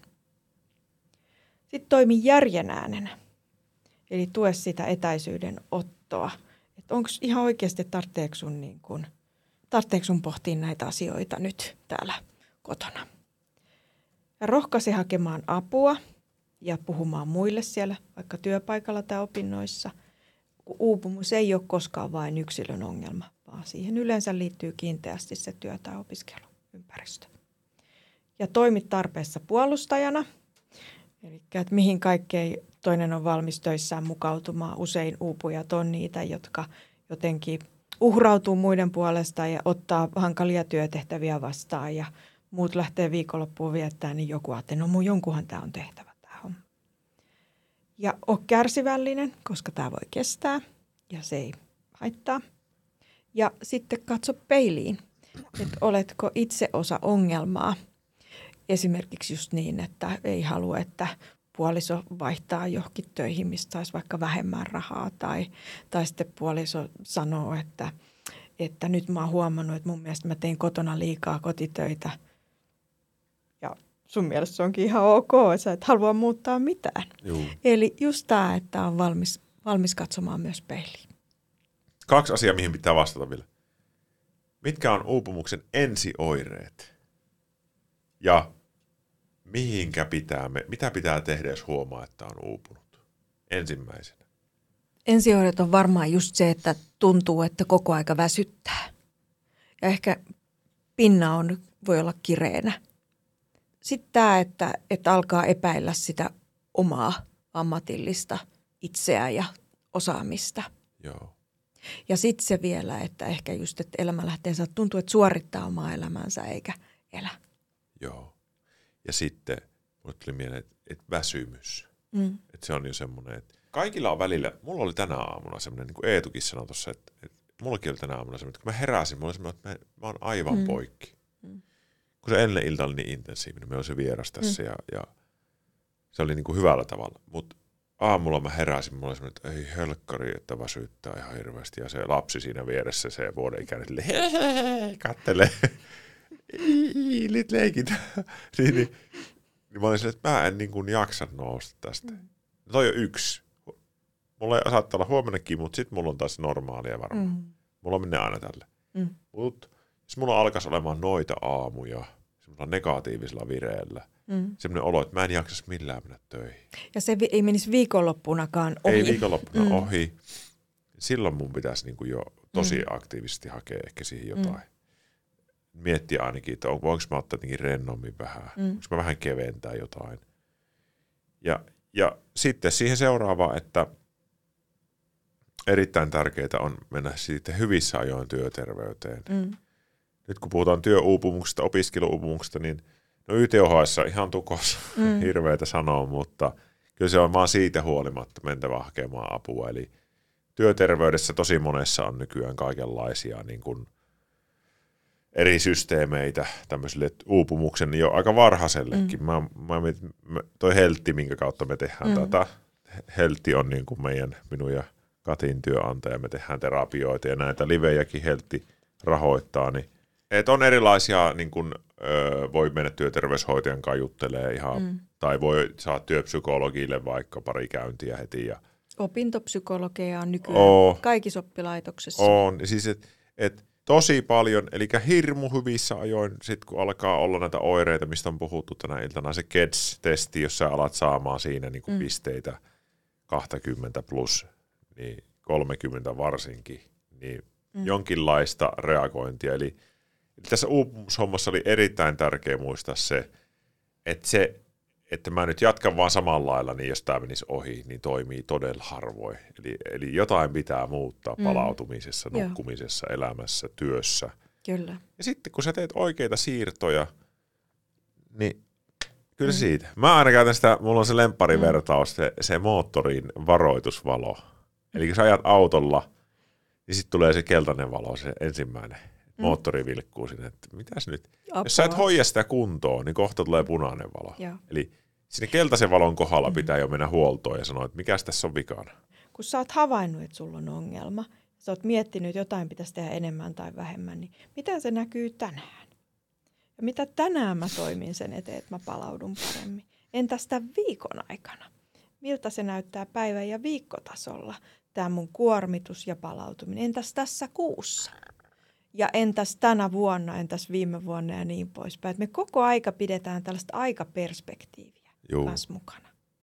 Sitten toimi järjen äänenä. Eli tue sitä etäisyyden ottoa. Että onko ihan oikeasti tarvitseeko sun, niin kun, tarvitseeko sun pohtia näitä asioita nyt täällä kotona. Ja rohkaisi hakemaan apua ja puhumaan muille siellä, vaikka työpaikalla tai opinnoissa. Uupumus ei ole koskaan vain yksilön ongelma, vaan siihen yleensä liittyy kiinteästi se työ- tai opiskeluympäristö. Ja toimit tarpeessa puolustajana. Eli että mihin kaikkeen toinen on valmis töissään mukautumaan. Usein uupujat on niitä, jotka jotenkin uhrautuu muiden puolesta ja ottaa hankalia työtehtäviä vastaan. Ja muut lähtee viikonloppuun viettämään, niin joku ajattelee, no mun jonkunhan tämä on tehtävä tämä homma. Ja ole kärsivällinen, koska tämä voi kestää ja se ei haittaa. Ja sitten katso peiliin, että oletko itse osa ongelmaa. Esimerkiksi just niin, että ei halua, että puoliso vaihtaa johonkin töihin, mistä saisi vaikka vähemmän rahaa. Tai, tai sitten puoliso sanoo, että, että nyt mä oon huomannut, että mun mielestä mä tein kotona liikaa kotitöitä. Ja sun mielestä se onkin ihan ok, että sä et halua muuttaa mitään. Juu. Eli just tämä, että on valmis, valmis katsomaan myös peiliin. Kaksi asiaa, mihin pitää vastata vielä. Mitkä on uupumuksen ensioireet? Ja mihinkä pitää, mitä pitää tehdä, jos huomaa, että on uupunut? Ensimmäisenä. Ensioireet on varmaan just se, että tuntuu, että koko aika väsyttää. Ja ehkä pinna on, voi olla kireänä. Sitten tämä, että, että alkaa epäillä sitä omaa ammatillista itseä ja osaamista. Joo. Ja sitten se vielä, että ehkä just, että elämä lähtee, että tuntuu, että suorittaa omaa elämänsä eikä elä. Joo. Ja sitten mulle tuli mieleen, että, että väsymys. Mm. Että se on jo semmoinen, että kaikilla on välillä, mulla oli tänä aamuna semmoinen, niin kuin Eetukin sanoi tuossa, että, että mullakin oli tänä aamuna semmoinen, että kun mä heräsin, mulla oli semmoinen, että mä, mä oon aivan mm. poikki. Mm. Kun se ennen ilta oli niin intensiivinen, me oli se vieras tässä mm. ja, ja se oli niin kuin hyvällä tavalla. Mutta aamulla mä heräsin, mulla oli semmoinen, että ei helkkari, että väsyttää ihan hirveästi. Ja se lapsi siinä vieressä, se vuoden ikäinen, kattelee. Iilit leikit. niin, niin, niin mä olin silleen, että mä en niin kuin jaksa nousta tästä. Mm. No toi on yksi. Mulla ei saattaa olla huomennakin, mutta sit mulla on taas normaalia varmaan. Mm. Mulla menee aina tälle. Mm. Mutta jos mulla alkaisi olemaan noita aamuja, semmoisella negatiivisella vireellä, mm. semmoinen olo, että mä en jaksaisi millään mennä töihin. Ja se vi- ei menisi viikonloppunakaan ohi. Ei viikonloppuna mm. ohi. Silloin mun pitäisi niin kuin jo tosi mm. aktiivisesti hakea ehkä siihen jotain. Mm. Miettiä ainakin, että on, voinko mä ottaa jotenkin rennommin vähän, mm. voinko mä vähän keventää jotain. Ja, ja sitten siihen seuraavaan, että erittäin tärkeää on mennä sitten hyvissä ajoin työterveyteen. Mm. Nyt kun puhutaan työuupumuksesta, opiskeluuupumuksesta, niin no Y T H S ihan tukossa mm. hirveätä sanoa, mutta kyllä se on vaan siitä huolimatta mentävä hakemaan apua. Eli työterveydessä tosi monessa on nykyään kaikenlaisia niin kuin eri systeemeitä tämmöiselle uupumuksen jo aika varhaisellekin. Mm. Mä, mä mietin, toi Heltti, minkä kautta me tehdään mm. tätä. Heltti on niin kuin meidän, minun ja Katin työnantaja. Me tehdään terapioita ja näitä livejäkin Heltti rahoittaa. Niin, et on erilaisia, niin kuin, ö, voi mennä työterveyshoitajan kanssa juttelee ihan, mm. tai voi saada työpsykologille vaikka pari käyntiä heti. Ja opintopsykologeja on nykyään oo, kaikissa oppilaitoksissa. On, siis et, et tosi paljon, eli hirmu hyvissä ajoin, sit kun alkaa olla näitä oireita, mistä on puhuttu tänä iltana, se K E D S-testi, jos sä alat saamaan siinä niin kuin mm. pisteitä kaksikymmentä plus, niin kolmekymmentä varsinkin, niin mm. jonkinlaista reagointia. Eli, eli tässä uupumushommassa oli erittäin tärkeä muistaa se, että se, että mä nyt jatkan vaan samalla lailla, niin jos tämä menisi ohi, niin toimii todella harvoin. Eli, eli jotain pitää muuttaa mm. palautumisessa, nukkumisessa, Joo. elämässä, työssä. Kyllä. Ja sitten kun sä teet oikeita siirtoja, niin kyllä mm. siitä. Mä aina käytän sitä, mulla on se lempparivertaus, se, se moottorin varoitusvalo. Eli kun sä ajat autolla, niin sitten tulee se keltainen valo, se ensimmäinen. Mm. Moottori vilkkuu sinne, että mitäs nyt? Apua. Jos sä et hoida sitä kuntoon, niin kohta tulee punainen valo. Joo. Eli sinne keltaisen valon kohdalla mm. pitää jo mennä huoltoon ja sanoa, että mikäs tässä on vikana. Kun sä oot havainnut, että sulla on ongelma, sä oot miettinyt, että jotain pitäisi tehdä enemmän tai vähemmän, niin miten se näkyy tänään? Ja mitä tänään mä toimin sen eteen, että mä palaudun paremmin? Entäs tämän viikon aikana? Miltä se näyttää päivä- ja viikkotasolla, tämä mun kuormitus ja palautuminen? Entäs tässä kuussa? Ja entäs tänä vuonna, entäs viime vuonna ja niin poispäin. Me koko aika pidetään tällaista aikaperspektiiviä Juu. kanssa mukana.